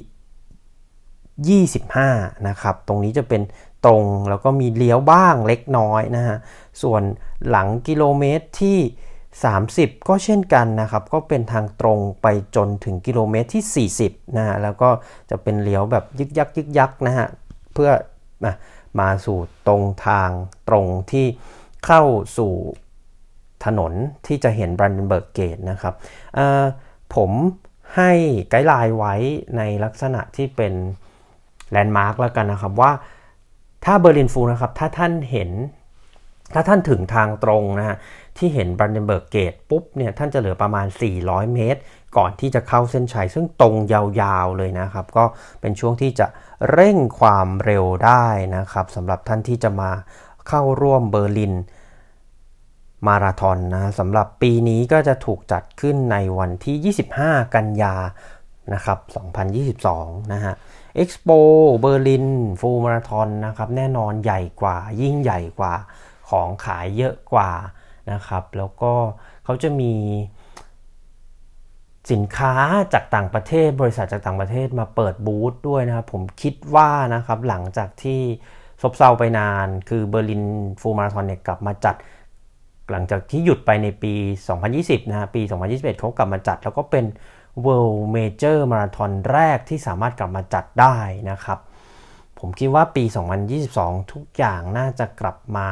ที่25นะครับตรงนี้จะเป็นตรงแล้วก็มีเลี้ยวบ้างเล็กน้อยนะฮะส่วนหลังกิโลเมตรที่30ก็เช่นกันนะครับก็เป็นทางตรงไปจนถึงกิโลเมตรที่40นะฮะแล้วก็จะเป็นเลี้ยวแบบยึกยักนะฮะเพื่อมาสู่ตรงทางตรงที่เข้าสู่ถนนที่จะเห็น Brandenburg Gate นะครับผมให้ไกด์ไลน์ไว้ในลักษณะที่เป็นแลนด์มาร์คแล้วกันนะครับว่าถ้าเบอร์ลินฟูลนะครับถ้าท่านถึงทางตรงนะฮะที่เห็น Brandenburg Gate ปุ๊บเนี่ยท่านจะเหลือประมาณ400 เมตรก่อนที่จะเข้าเส้นชัยซึ่งตรงยาวๆเลยนะครับก็เป็นช่วงที่จะเร่งความเร็วได้นะครับสำหรับท่านที่จะมาเข้าร่วมเบอร์ลินมาราธอนนะสำหรับปีนี้ก็จะถูกจัดขึ้นในวันที่25กันยานะครับ2022นะฮะ Expo เบอร์ลินฟูลมาราธอนนะครับแน่นอนใหญ่กว่ายิ่งใหญ่กว่าของขายเยอะกว่านะครับแล้วก็เขาจะมีสินค้าจากต่างประเทศบริษัทจากต่างประเทศมาเปิดบูธด้วยนะครับผมคิดว่านะครับหลังจากที่ซบเซาไปนานคือเบอร์ลินฟูลมาราธอนเนี่ยกลับมาจัดหลังจากที่หยุดไปในปี2020นะฮะปี2021เขากลับมาจัดแล้วก็เป็น World Major Marathon แรกที่สามารถกลับมาจัดได้นะครับผมคิดว่าปี2022ทุกอย่างน่าจะกลับมา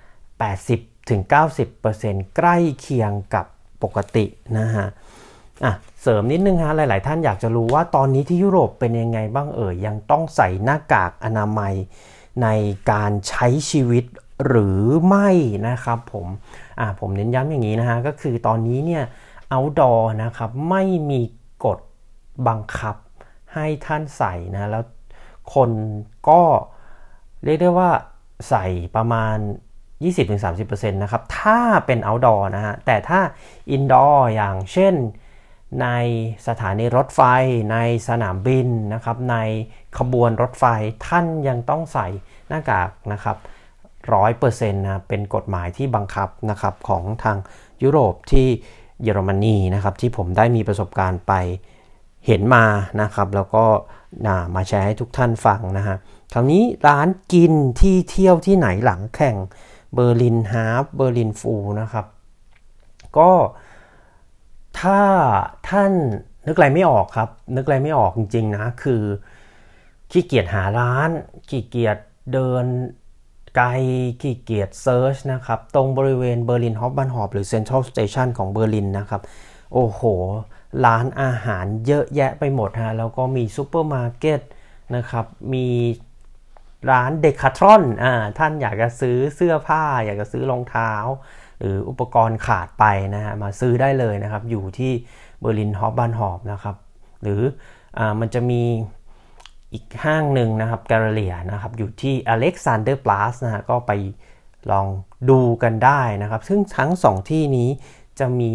80-90% ใกล้เคียงกับปกตินะฮะเสริมนิดนึงฮะหลายๆท่านอยากจะรู้ว่าตอนนี้ที่ยุโรปเป็นยังไงบ้างยังต้องใส่หน้ากากอนามัยในการใช้ชีวิตหรือไม่นะครับผมเน้นย้ำอย่างนี้นะฮะก็คือตอนนี้เนี่ย outdoor นะครับไม่มีกฎบังคับให้ท่านใส่นะแล้วคนก็เรียกได้ว่าใส่ประมาณ 20-30% นะครับถ้าเป็น outdoor นะฮะแต่ถ้า indoor อย่างเช่นในสถานีรถไฟในสนามบินนะครับในขบวนรถไฟท่านยังต้องใส่หน้ากากนะครับ 100% นะเป็นกฎหมายที่บังคับนะครับของทางยุโรปที่เยอรมนีนะครับที่ผมได้มีประสบการณ์ไปเห็นมานะครับแล้วก็มาแชร์ให้ทุกท่านฟังนะฮะคราวนี้ร้านกินที่เที่ยวที่ไหนหลังแข่งเบอร์ลินฮาล์ฟเบอร์ลินฟูลนะครับก็ถ้าท่านนึกอะไรไม่ออกครับนึกอะไรไม่ออกจริงๆนะคือขี้เกียจหาร้านขี้เกียจเดินไกลขี้เกียจเซิร์ชนะครับตรงบริเวณเบอร์ลินฮอฟบันฮอฟหรือเซ็นทรัลสเตชันของเบอร์ลินนะครับโอ้โหร้านอาหารเยอะแยะไปหมดฮะแล้วก็มีซูเปอร์มาร์เก็ตนะครับมีร้านเดคาทรอนท่านอยากจะซื้อเสื้อผ้าอยากจะซื้อรองเท้าหรืออุปกรณ์ขาดไปนะฮะมาซื้อได้เลยนะครับอยู่ที่เบอร์ลินฮอฟบันฮอฟนะครับหรือมันจะมีอีกห้างหนึ่งนะครับแกลเลอรี่นะครับอยู่ที่อเล็กซานเดอร์พลาสนะฮะก็ไปลองดูกันได้นะครับซึ่งทั้ง2ที่นี้จะมี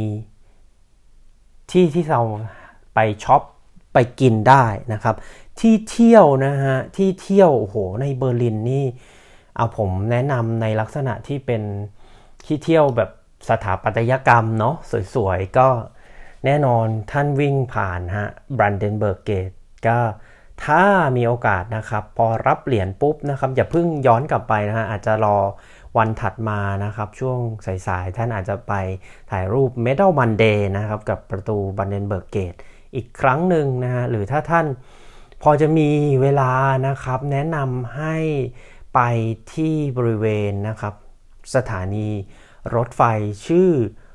ที่เราไปช็อปไปกินได้นะครับที่เที่ยวนะฮะที่เที่ยวโอ้โหในเบอร์ลินนี่เอาผมแนะนำในลักษณะที่เป็นที่เที่ยวแบบสถาปัตยกรรมเนาะสวยๆก็แน่นอนท่านวิ่งผ่านฮะบรันเดนเบิร์กเกตก็ถ้ามีโอกาสนะครับพอรับเหรียญปุ๊บนะครับอย่าเพิ่งย้อนกลับไปนะฮะอาจจะรอวันถัดมานะครับช่วงสายๆท่านอาจจะไปถ่ายรูป Medal Monday นะครับกับประตูบรันเดนเบิร์กเกตอีกครั้งหนึ่งนะฮะหรือถ้าท่านพอจะมีเวลานะครับแนะนำให้ไปที่บริเวณนะครับสถานีรถไฟชื่อ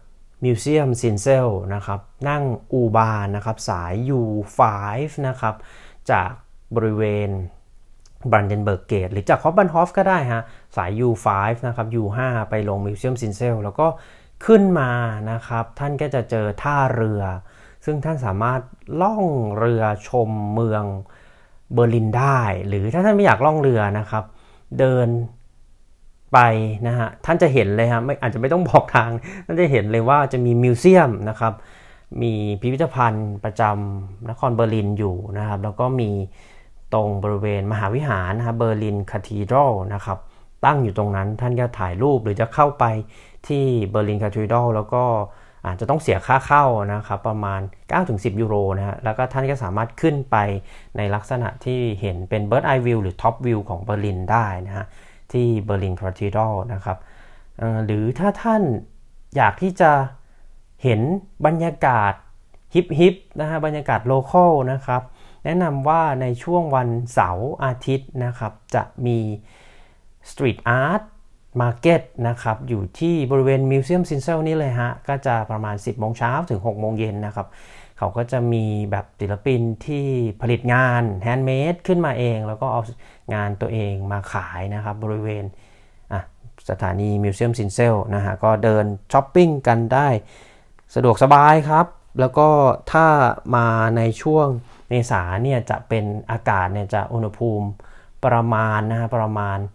Museum Zinsel นะครับนั่งอูบานนะครับสาย U5 นะครับจากบริเวณบรันเดนเบิร์กเกตหรือจากฮอฟบันฮอฟก็ได้ฮะสาย U5 นะครับ U5 ไปลง Museum Zinsel แล้วก็ขึ้นมานะครับท่านก็จะเจอท่าเรือซึ่งท่านสามารถล่องเรือชมเมืองเบอร์ลินได้หรือถ้าท่านไม่อยากล่องเรือนะครับเดินไปนะฮะท่านจะเห็นเลยฮะอาจจะไม่ต้องบอกทางท่านจะเห็นเลยว่าจะมีมิวเซียมนะครับมีพิพิธภัณฑ์ประจำนครเบอร์ลินอยู่นะครับแล้วก็มีตรงบริเวณมหาวิหารนะครับเบอร์ลินคาธีดรัลนะครับตั้งอยู่ตรงนั้นท่านก็ถ่ายรูปหรือจะเข้าไปที่เบอร์ลินคาธีดรัลแล้วก็อาจจะต้องเสียค่าเข้านะครับประมาณ 9-10 ยูโรนะฮะแล้วก็ท่านก็สามารถขึ้นไปในลักษณะที่เห็นเป็น Bird Eye View หรือ Top View ของเบอร์ลินได้นะฮะที่เบอร์ลินคาธีดรัลนะครับหรือถ้าท่านอยากที่จะเห็นบรรยากาศฮิปนะฮะบรรยากาศโลคอลนะครับแนะนำว่าในช่วงวันเสาร์อาทิตย์นะครับจะมีสตรีทอาร์ตมาร์เก็ตนะครับอยู่ที่บริเวณมิวเซียมซินเซลนี่เลยฮะก็จะประมาณ 10 โมงเช้าถึง 6 โมงเย็นนะครับเขาก็จะมีแบบศิลปินที่ผลิตงานแฮนด์เมดขึ้นมาเองแล้วก็เอางานตัวเองมาขายนะครับบริเวณสถานีมิวเซียมซินเซลนะฮะก็เดินช้อปปิ้งกันได้สะดวกสบายครับแล้วก็ถ้ามาในช่วงเมษาเนี่ยจะเป็นอากาศเนี่ยจะอุณหภูมิประมาณนะฮะประมาณ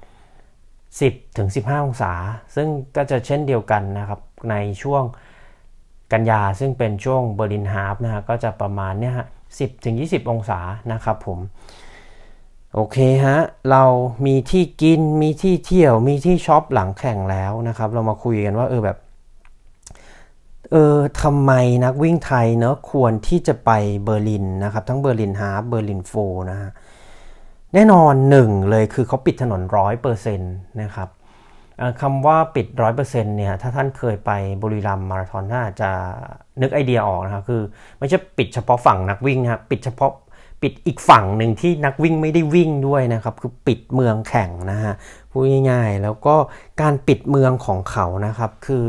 10-15 องศาซึ่งก็จะเช่นเดียวกันนะครับในช่วงกันยาซึ่งเป็นช่วงเบอร์ลินฮาล์ฟนะฮะก็จะประมาณเนี่ยฮะ10-20 องศานะครับผมโอเคฮะเรามีที่กินมีที่เที่ยวมีที่ช็อปหลังแข่งแล้วนะครับเรามาคุยกันว่าแบบทำไมนักวิ่งไทยเนอะควรที่จะไปเบอร์ลินนะครับทั้งเบอร์ลินฮาล์ฟเบอร์ลินฟูลนะฮะแน่นอน1เลยคือเขาปิดถนน 100% นะครับคำว่าปิด 100% เนี่ยถ้าท่านเคยไปบุรีรัมย์มาราธอนน่าจะนึกไอเดียออกนะครับคือไม่ใช่ปิดเฉพาะฝั่งนักวิ่งนะครับปิดอีกฝั่งหนึ่งที่นักวิ่งไม่ได้วิ่งด้วยนะครับคือปิดเมืองแข่งนะฮะพูดง่ายๆแล้วก็การปิดเมืองของเขานะครับคือ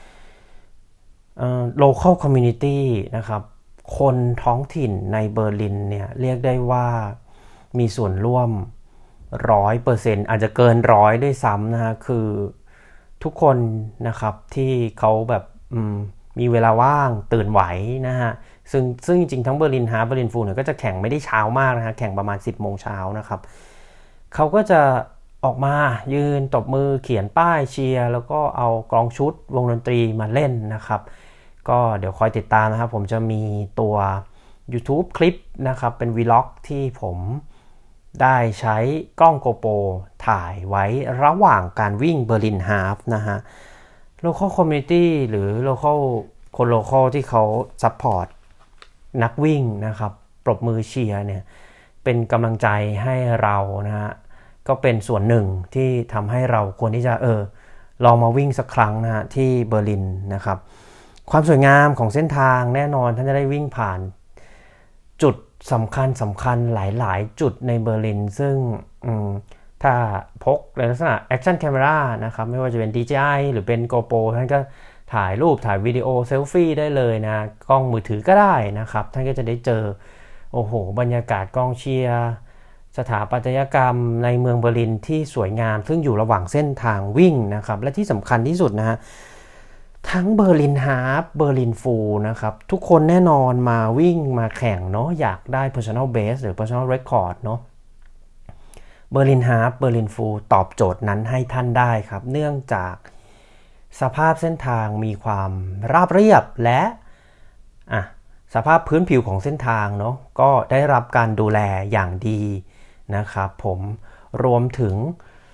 local community นะครับคนท้องถิ่นในเบอร์ลินเนี่ยเรียกได้ว่ามีส่วนร่วม 100% อาจจะเกิน100ด้วยซ้ำนะฮะคือทุกคนนะครับที่เขาแบบมีเวลาว่างตื่นไหวนะฮะซึ่งจริงๆทั้งเบอร์ลินฮาล์ฟเบอร์ลินฟูลเนี่ยก็จะแข่งไม่ได้เช้ามากนะฮะแข่งประมาณ 10 โมงเช้านะครับเขาก็จะออกมายืนตบมือเขียนป้ายเชียร์แล้วก็เอากลองชุดวงดนตรีมาเล่นนะครับก็เดี๋ยวคอยติดตามนะครับผมจะมีตัว YouTube คลิปนะครับเป็น Vlog ที่ผมได้ใช้กล้อง GoPro ถ่ายไว้ระหว่างการวิ่งเบอร์ลินฮาล์ฟนะฮะ local community หรือ คน local ที่เขา support นักวิ่งนะครับปรบมือเชียร์เนี่ยเป็นกำลังใจให้เรานะฮะก็เป็นส่วนหนึ่งที่ทำให้เราควรที่จะลองมาวิ่งสักครั้งนะฮะที่เบอร์ลินนะครับความสวยงามของเส้นทางแน่นอนท่านจะได้วิ่งผ่านจุดสำคัญหลายๆจุดในเบอร์ลินซึ่งถ้าพกในลักษณะ Action Camera นะครับไม่ว่าจะเป็น DJI หรือเป็น GoPro ท่านก็ถ่ายรูปถ่ายวิดีโอเซลฟี่ได้เลยนะกล้องมือถือก็ได้นะครับท่านก็จะได้เจอบรรยากาศกองเชียร์สถาปัตยกรรมในเมืองเบอร์ลินที่สวยงามซึ่งอยู่ระหว่างเส้นทางวิ่งนะครับและที่สำคัญที่สุดนะฮะทั้งเบอร์ลินฮาล์ฟเบอร์ลินฟูลนะครับทุกคนแน่นอนมาวิ่งมาแข่งเนาะอยากได้ personal best หรือ personal record เนาะเบอร์ลินฮาล์ฟเบอร์ลินฟูลตอบโจทย์นั้นให้ท่านได้ครับเนื่องจากสภาพเส้นทางมีความราบเรียบและสภาพพื้นผิวของเส้นทางเนาะก็ได้รับการดูแลอย่างดีนะครับผมรวมถึง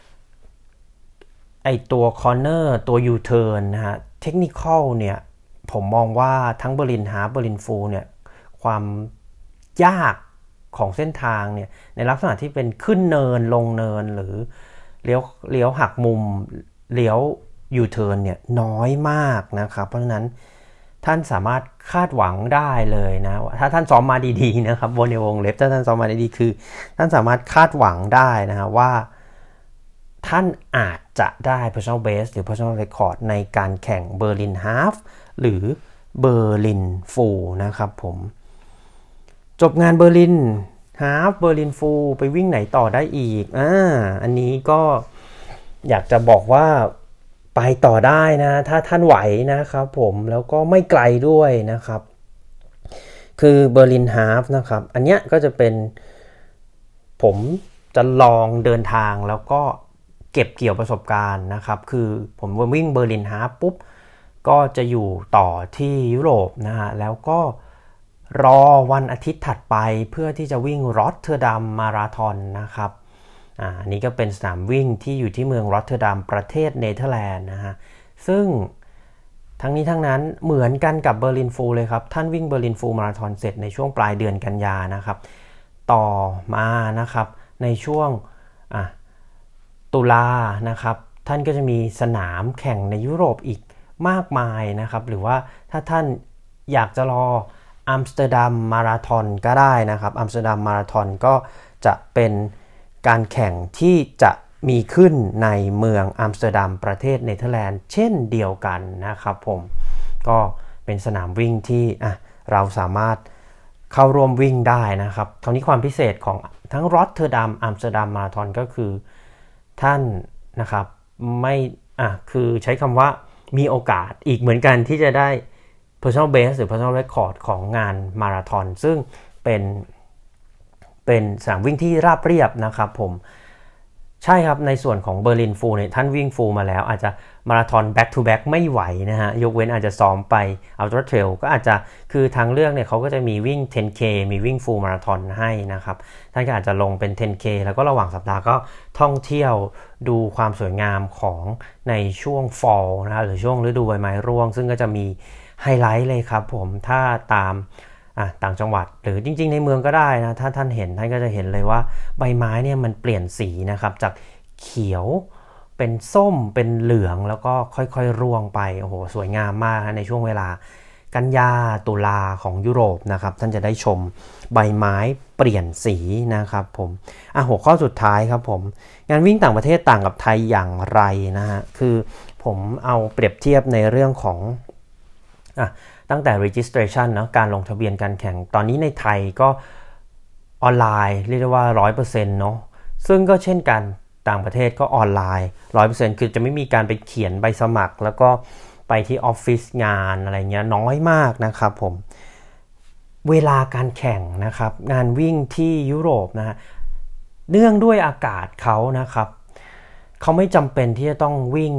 ตัวคอร์เนอร์ตัว U-turn นะฮะเทคนิคอลเนี่ยผมมองว่าทั้งเบอร์ลินฮาล์ฟเบอร์ลินฟูลเนี่ยความยากของเส้นทางเนี่ยในลักษณะที่เป็นขึ้นเนินลงเนินหรือเลี้ยวหักมุมเลี้ยว U-turn เนี่ยน้อยมากนะครับเพราะฉะนั้นท่านสามารถคาดหวังได้เลยนะถ้าท่านซ้อมมาดีๆนะครับบนในวงเล็บถ้าท่านซ้อมมาดีๆคือท่านสามารถคาดหวังได้นะฮะว่าท่านอาจจะได้ personal best หรือ personal record ในการแข่งเบอร์ลินฮาล์ฟหรือเบอร์ลินฟูลนะครับผมจบงานเบอร์ลินฮาล์ฟเบอร์ลินฟูลไปวิ่งไหนต่อได้อีกอันนี้ก็อยากจะบอกว่าไปต่อได้นะถ้าท่านไหวนะครับผมแล้วก็ไม่ไกลด้วยนะครับคือเบอร์ลินฮาล์ฟนะครับอันเนี้ยก็จะเป็นผมจะลองเดินทางแล้วก็เก็บเกี่ยวประสบการณ์นะครับคือผมวิ่งเบอร์ลินฮาล์ฟปุ๊บก็จะอยู่ต่อที่ยุโรปนะฮะแล้วก็รอวันอาทิตย์ถัดไปเพื่อที่จะวิ่งรอตเทอร์ดัมมาราธอนนะครับอันนี้ก็เป็นสนามวิ่งที่อยู่ที่เมืองรอตเทอร์ดัมประเทศเนเธอร์แลนด์นะฮะซึ่งทั้งนี้ทั้งนั้นเหมือนกันกับเบอร์ลินฟูลเลยครับท่านวิ่งเบอร์ลินฟูลมาราธอนเสร็จในช่วงปลายเดือนกันยานะครับต่อมานะครับในช่วงตุลานะครับท่านก็จะมีสนามแข่งในยุโรปอีกมากมายนะครับหรือว่าถ้าท่านอยากจะรออัมสเตอร์ดัมมาราธอนก็ได้นะครับอัมสเตอร์ดัมมาราธอนก็จะเป็นการแข่งที่จะมีขึ้นในเมืองอัมสเตอร์ดัมประเทศเนเธอร์แลนด์เช่นเดียวกันนะครับผมก็เป็นสนามวิ่งที่เราสามารถเข้าร่วมวิ่งได้นะครับคราวนี้ความพิเศษของทั้งรอตเทอร์ดัมอัมสเตอร์ดัมมาราธอนก็คือท่านนะครับไม่คือใช้คำว่ามีโอกาสอีกเหมือนกันที่จะได้ personal best หรือ personal record ของงานมาราธอนซึ่งเป็นสนามวิ่งที่ราบเรียบนะครับผมใช่ครับในส่วนของเบอร์ลินฟูลเนี่ยท่านวิ่งฟูลมาแล้วอาจจะมาราธอน back to back ไม่ไหวนะฮะยกเว้นอาจจะซ้อมไป ultra trail ก็อาจจะคือทางเลือกเนี่ยเขาก็จะมีวิ่ง 10K มีวิ่งฟูลมาราธอนให้นะครับท่านก็อาจจะลงเป็น 10K แล้วก็ระหว่างสัปดาห์ก็ท่องเที่ยวดูความสวยงามของในช่วง fall นะหรือช่วงฤดูใบไม้ร่วงซึ่งก็จะมีไฮไลท์เลยครับผมถ้าตามต่างจังหวัดหรือจริงๆในเมืองก็ได้นะถ้าท่านเห็นท่านก็จะเห็นเลยว่าใบไม้เนี่ยมันเปลี่ยนสีนะครับจากเขียวเป็นส้มเป็นเหลืองแล้วก็ค่อยๆร่วงไปโอ้โหสวยงามมากในช่วงเวลากันยาตุลาของยุโรปนะครับท่านจะได้ชมใบไม้เปลี่ยนสีนะครับผมหัวข้อสุดท้ายครับผมงานวิ่งต่างประเทศต่างกับไทยอย่างไรนะฮะคือผมเอาเปรียบเทียบในเรื่องของตั้งแต่ registration นะการลงทะเบียนการแข่งตอนนี้ในไทยก็ออนไลน์เรียกได้ว่า 100% เนาะซึ่งก็เช่นกันต่างประเทศก็ออนไลน์ 100% คือจะไม่มีการไปเขียนใบสมัครแล้วก็ไปที่ออฟฟิศงานอะไรเงี้ยน้อยมากนะครับผมเวลาการแข่งนะครับงานวิ่งที่ยุโรปนะฮะเนื่องด้วยอากาศเขานะครับเขาไม่จำเป็นที่จะต้องวิ่ง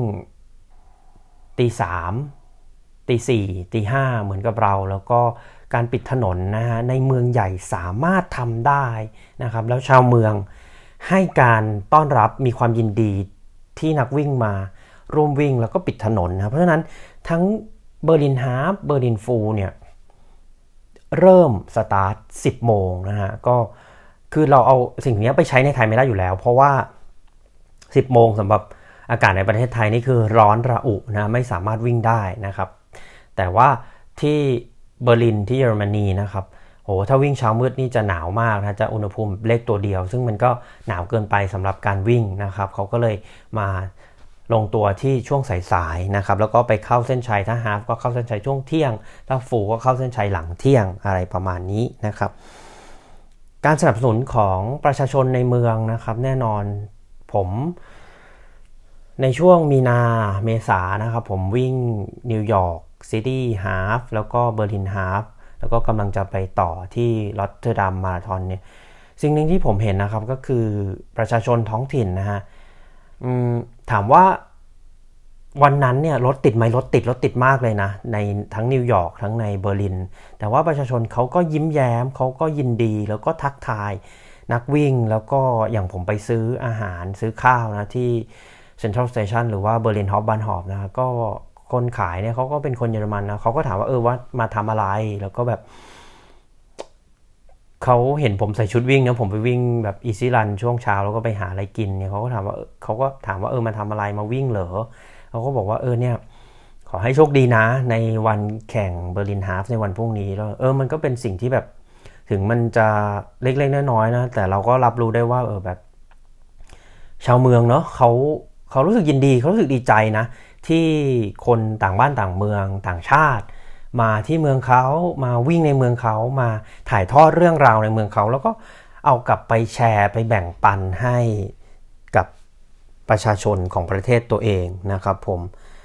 3:00 4:00 5:00เหมือนกับเราแล้วก็การปิดถนนนะฮะในเมืองใหญ่สามารถทำได้นะครับแล้วชาวเมืองให้การต้อนรับมีความยินดีที่นักวิ่งมาร่วมวิ่งแล้วก็ปิดถนนนะเพราะฉะนั้นทั้งเบอร์ลินฮาล์ฟเบอร์ลินฟูลเนี่ยเริ่มสตาร์ท 10 โมงนะฮะก็คือเราเอาสิ่งนี้ไปใช้ในไทยไม่ได้อยู่แล้วเพราะว่า 10 โมงสำหรับอากาศในประเทศไทยนี่คือร้อนระอุนะไม่สามารถวิ่งได้นะครับแต่ว่าที่เบอร์ลินที่เยอรมนีนะครับโหถ้าวิ่งเช้ามืดนี่จะหนาวมากนะจะอุณหภูมิเลขตัวเดียวซึ่งมันก็หนาวเกินไปสำหรับการวิ่งนะครับเขาก็เลยมาลงตัวที่ช่วงสายๆนะครับแล้วก็ไปเข้าเส้นชัยถ้าฮาล์ฟก็เข้าเส้นชัยช่วงเที่ยงถ้าฟูลก็เข้าเส้นชัยหลังเที่ยงอะไรประมาณนี้นะครับการสนับสนุนของประชาชนในเมืองนะครับแน่นอนผมในช่วงมีนาเมษานะครับผมวิ่งนิวยอร์กซิตี้ฮาล์ฟแล้วก็เบอร์ลินฮาล์ฟแล้วก็กำลังจะไปต่อที่รอตเตอร์ดัมมาราธอนเนี่ยสิ่งหนึ่งที่ผมเห็นนะครับก็คือประชาชนท้องถิ่นนะฮะถามว่าวันนั้นเนี่ยรถติดไหมรถติดมากเลยนะในทั้งนิวยอร์กทั้งในเบอร์ลินแต่ว่าประชาชนเขาก็ยิ้มแย้มเขาก็ยินดีแล้วก็ทักทายนักวิ่งแล้วก็อย่างผมไปซื้ออาหารซื้อข้าวนะที่เซ็นทรัลสเตชันหรือว่าเบอร์ลินฮอฟบันฮอฟนะก็คนขายเนี่ยเขาก็เป็นคนเยอรมันนะเขาก็ถามว่าว่ามาทำอะไรแล้วก็แบบเขาเห็นผมใส่ชุดวิ่งนะผมไปวิ่งแบบอีซี่รันช่วงเช้าแล้วก็ไปหาอะไรกินเนี่ยเขาก็ถามว่ามาทำอะไรมาวิ่งเหรอเขาก็บอกว่าเนี่ยขอให้โชคดีนะในวันแข่งเบอร์ลินฮาล์ฟในวันพรุ่งนี้แล้วมันก็เป็นสิ่งที่แบบถึงมันจะเล็กๆน้อยๆนะแต่เราก็รับรู้ได้ว่าแบบชาวเมืองเนาะเขารู้สึกยินดีเขารู้สึกดีใจนะที่คนต่างบ้านต่างเมืองต่างชาติมาที่เมืองเขามาวิ่งในเมืองเขามาถ่ายทอดเรื่องราวในเมืองเขาแล้วก็เอากลับไปแชร์ไปแบ่งปันให้กับประชาชนของประเทศตัวเองนะครับผม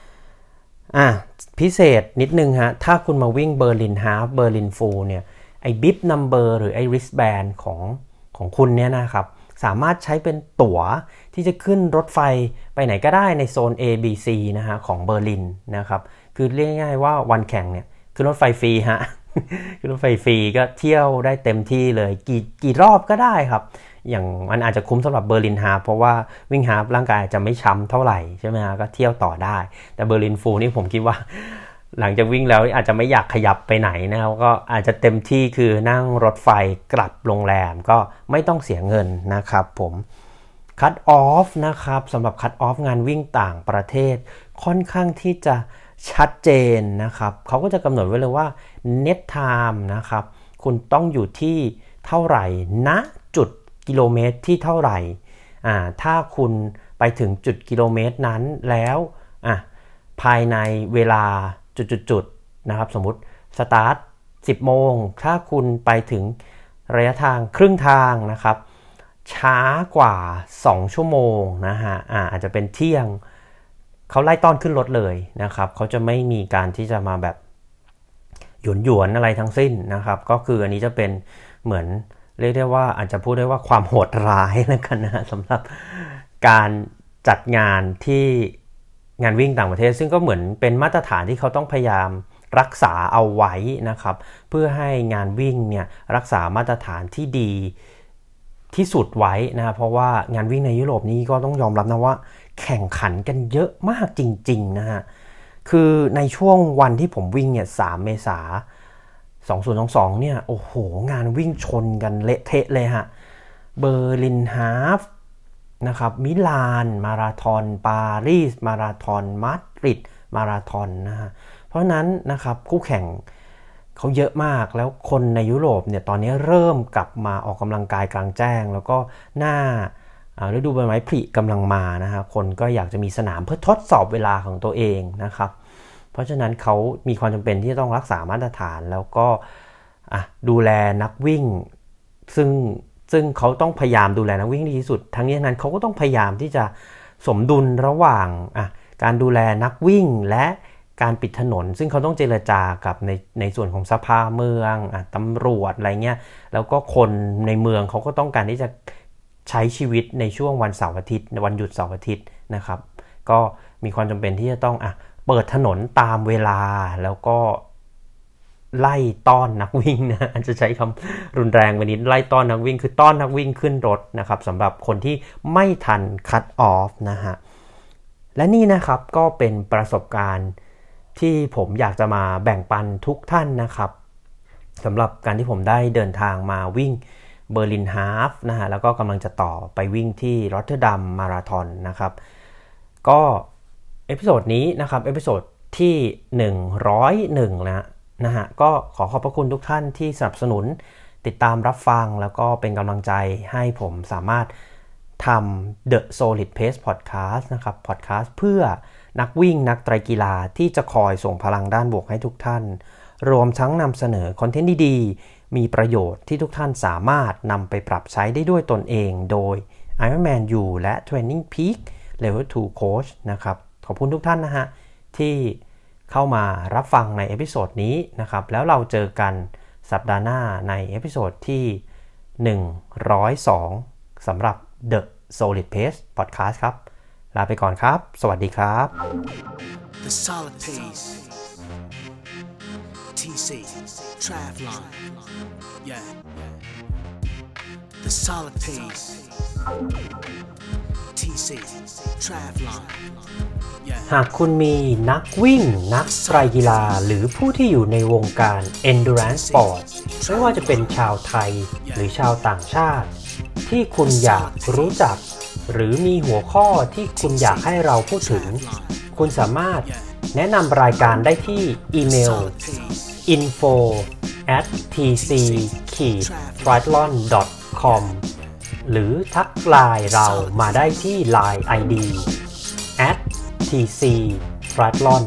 พิเศษนิดนึงฮะถ้าคุณมาวิ่งเบอร์ลินฮาล์ฟเบอร์ลินฟูลเนี่ยไอ้บิ๊บนัมเบอร์หรือไอ้ริสแบนของคุณเนี่ยนะครับสามารถใช้เป็นตั๋วที่จะขึ้นรถไฟไปไหนก็ได้ในโซน A B C นะฮะของเบอร์ลินนะครับคือเรียกง่ายๆว่าวันแข่งเนี่ยขึ้นรถไฟฟรีฮะ ขึ้นรถไฟฟรีก็เที่ยวได้เต็มที่เลยกี่รอบก็ได้ครับอย่างมันอาจจะคุ้มสำหรับเบอร์ลินฮาล์ฟเพราะว่าวิ่งฮาล์ฟร่างกายอาจจะไม่ช้ำเท่าไหร่ใช่ไหมฮะก็เที่ยวต่อได้แต่เบอร์ลินฟูลนี่ผมคิดว่าหลังจากวิ่งแล้วอาจจะไม่อยากขยับไปไหนนะครับก็อาจจะเต็มที่คือนั่งรถไฟกลับโรงแรมก็ไม่ต้องเสียเงินนะครับผมคัทออฟนะครับสำหรับคัทออฟงานวิ่งต่างประเทศค่อนข้างที่จะชัดเจนนะครับเขาก็จะกำหนดไว้เลยว่า net time นะครับคุณต้องอยู่ที่เท่าไหร่ณจุดกิโลเมตรที่เท่าไหร่ถ้าคุณไปถึงจุดกิโลเมตรนั้นแล้วภายในเวลาจุดๆนะครับสมมุติสตาร์ท 10 โมงถ้าคุณไปถึงระยะทางครึ่งทางนะครับช้ากว่า2ชั่วโมงนะฮะอาจจะเป็นเที่ยงเขาไล่ต้อนขึ้นรถเลยนะครับเขาจะไม่มีการที่จะมาแบบหยวนๆอะไรทั้งสิ้นนะครับก็คืออันนี้จะเป็นเหมือนเรียกได้ว่าอาจจะพูดได้ว่าความโหดร้ายแล้วกันนะสำหรับการจัดงานที่งานวิ่งต่างประเทศซึ่งก็เหมือนเป็นมาตรฐานที่เขาต้องพยายามรักษาเอาไว้นะครับเพื่อให้งานวิ่งเนี่ยรักษามาตรฐานที่ดีที่สุดไว้นะเพราะว่างานวิ่งในยุโรปนี้ก็ต้องยอมรับนะว่าแข่งขันกันเยอะมากจริงๆนะฮะคือในช่วงวันที่ผมวิ่งเนี่ย3 เมษายน 2022เนี่ยโอ้โหงานวิ่งชนกันเละเทะเลยฮะเบอร์ลินฮาล์ฟนะครับมิลานมาราธอนปารีสมาราธอนมาดริดมาราธอนนะฮะเพราะนั้นนะครับคู่แข่งเขาเยอะมากแล้วคนในยุโรปเนี่ยตอนนี้เริ่มกลับมาออกกำลังกายกลางแจ้งแล้วก็หน้าฤดูใบไม้ผลิกำลังมานะฮะคนก็อยากจะมีสนามเพื่อทดสอบเวลาของตัวเองนะครับเพราะฉะนั้นเขามีความจำเป็นที่จะต้องรักษามาตรฐานแล้วก็ดูแลนักวิ่งซึ่งเขาต้องพยายามดูแลนักวิ่งดีที่สุดทั้งนี้ทั้งนั้นเขาก็ต้องพยายามที่จะสมดุลระหว่างการดูแลนักวิ่งและการปิดถนนซึ่งเขาต้องเจรจากับในส่วนของสภาเมืองตำรวจอะไรเงี้ยแล้วก็คนในเมืองเขาก็ต้องการที่จะใช้ชีวิตในช่วงวันเสาร์อาทิตย์วันหยุดเสาร์อาทิตย์นะครับก็มีความจำเป็นที่จะต้องเปิดถนนตามเวลาแล้วก็ไล่ต้อนนักวิ่งนะจะใช้คำรุนแรงไปนิดไล่ต้อนนักวิ่งคือต้อนนักวิ่งขึ้นรถนะครับสำหรับคนที่ไม่ทันคัตออฟนะฮะและนี่นะครับก็เป็นประสบการณ์ที่ผมอยากจะมาแบ่งปันทุกท่านนะครับสำหรับการที่ผมได้เดินทางมาวิ่งเบอร์ลินฮาล์ฟนะฮะแล้วก็กำลังจะต่อไปวิ่งที่รอตเตอร์ดัมมาราธอนนะครับก็เอพิโซดนี้นะครับเอพิโซดที่101นะฮะก็ขอบพระคุณทุกท่านที่สนับสนุนติดตามรับฟังแล้วก็เป็นกำลังใจให้ผมสามารถทำ The Solid Pace Podcast นะครับ Podcast เพื่อนักวิ่งนักไตรกีฬาที่จะคอยส่งพลังด้านบวกให้ทุกท่านรวมทั้งนำเสนอคอนเทนต์ดีๆมีประโยชน์ที่ทุกท่านสามารถนำไปปรับใช้ได้ด้วยตนเองโดย Ironman U และ Training Peak Level 2 Coach นะครับขอบคุณทุกท่านนะฮะที่เข้ามารับฟังในเอพิโซดนี้นะครับแล้วเราเจอกันสัปดาห์หน้าในเอพิโซดที่102สำหรับ The Solid Pace Podcast ครับลาไปก่อนครับสวัสดีครับ The solid pace. TC Travlon. Yeah. The solid pace. TC Travlon. Yeah. หากคุณมีนักวิ่งนักไตรกีฬาหรือผู้ที่อยู่ในวงการ Endurance Sport ไม่ว่าจะเป็นชาวไทยหรือชาวต่างชาติที่คุณอยากรู้จักหรือมีหัวข้อที่คุณอยากให้เราพูดถึงคุณสามารถแนะนำรายการได้ที่อีเมล info@tc-triathlon.com หรือทักไลน์เรามาได้ที่ Line ID @tc-triathlon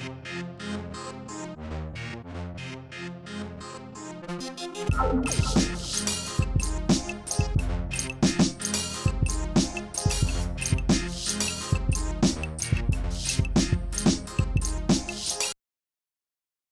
Yeah.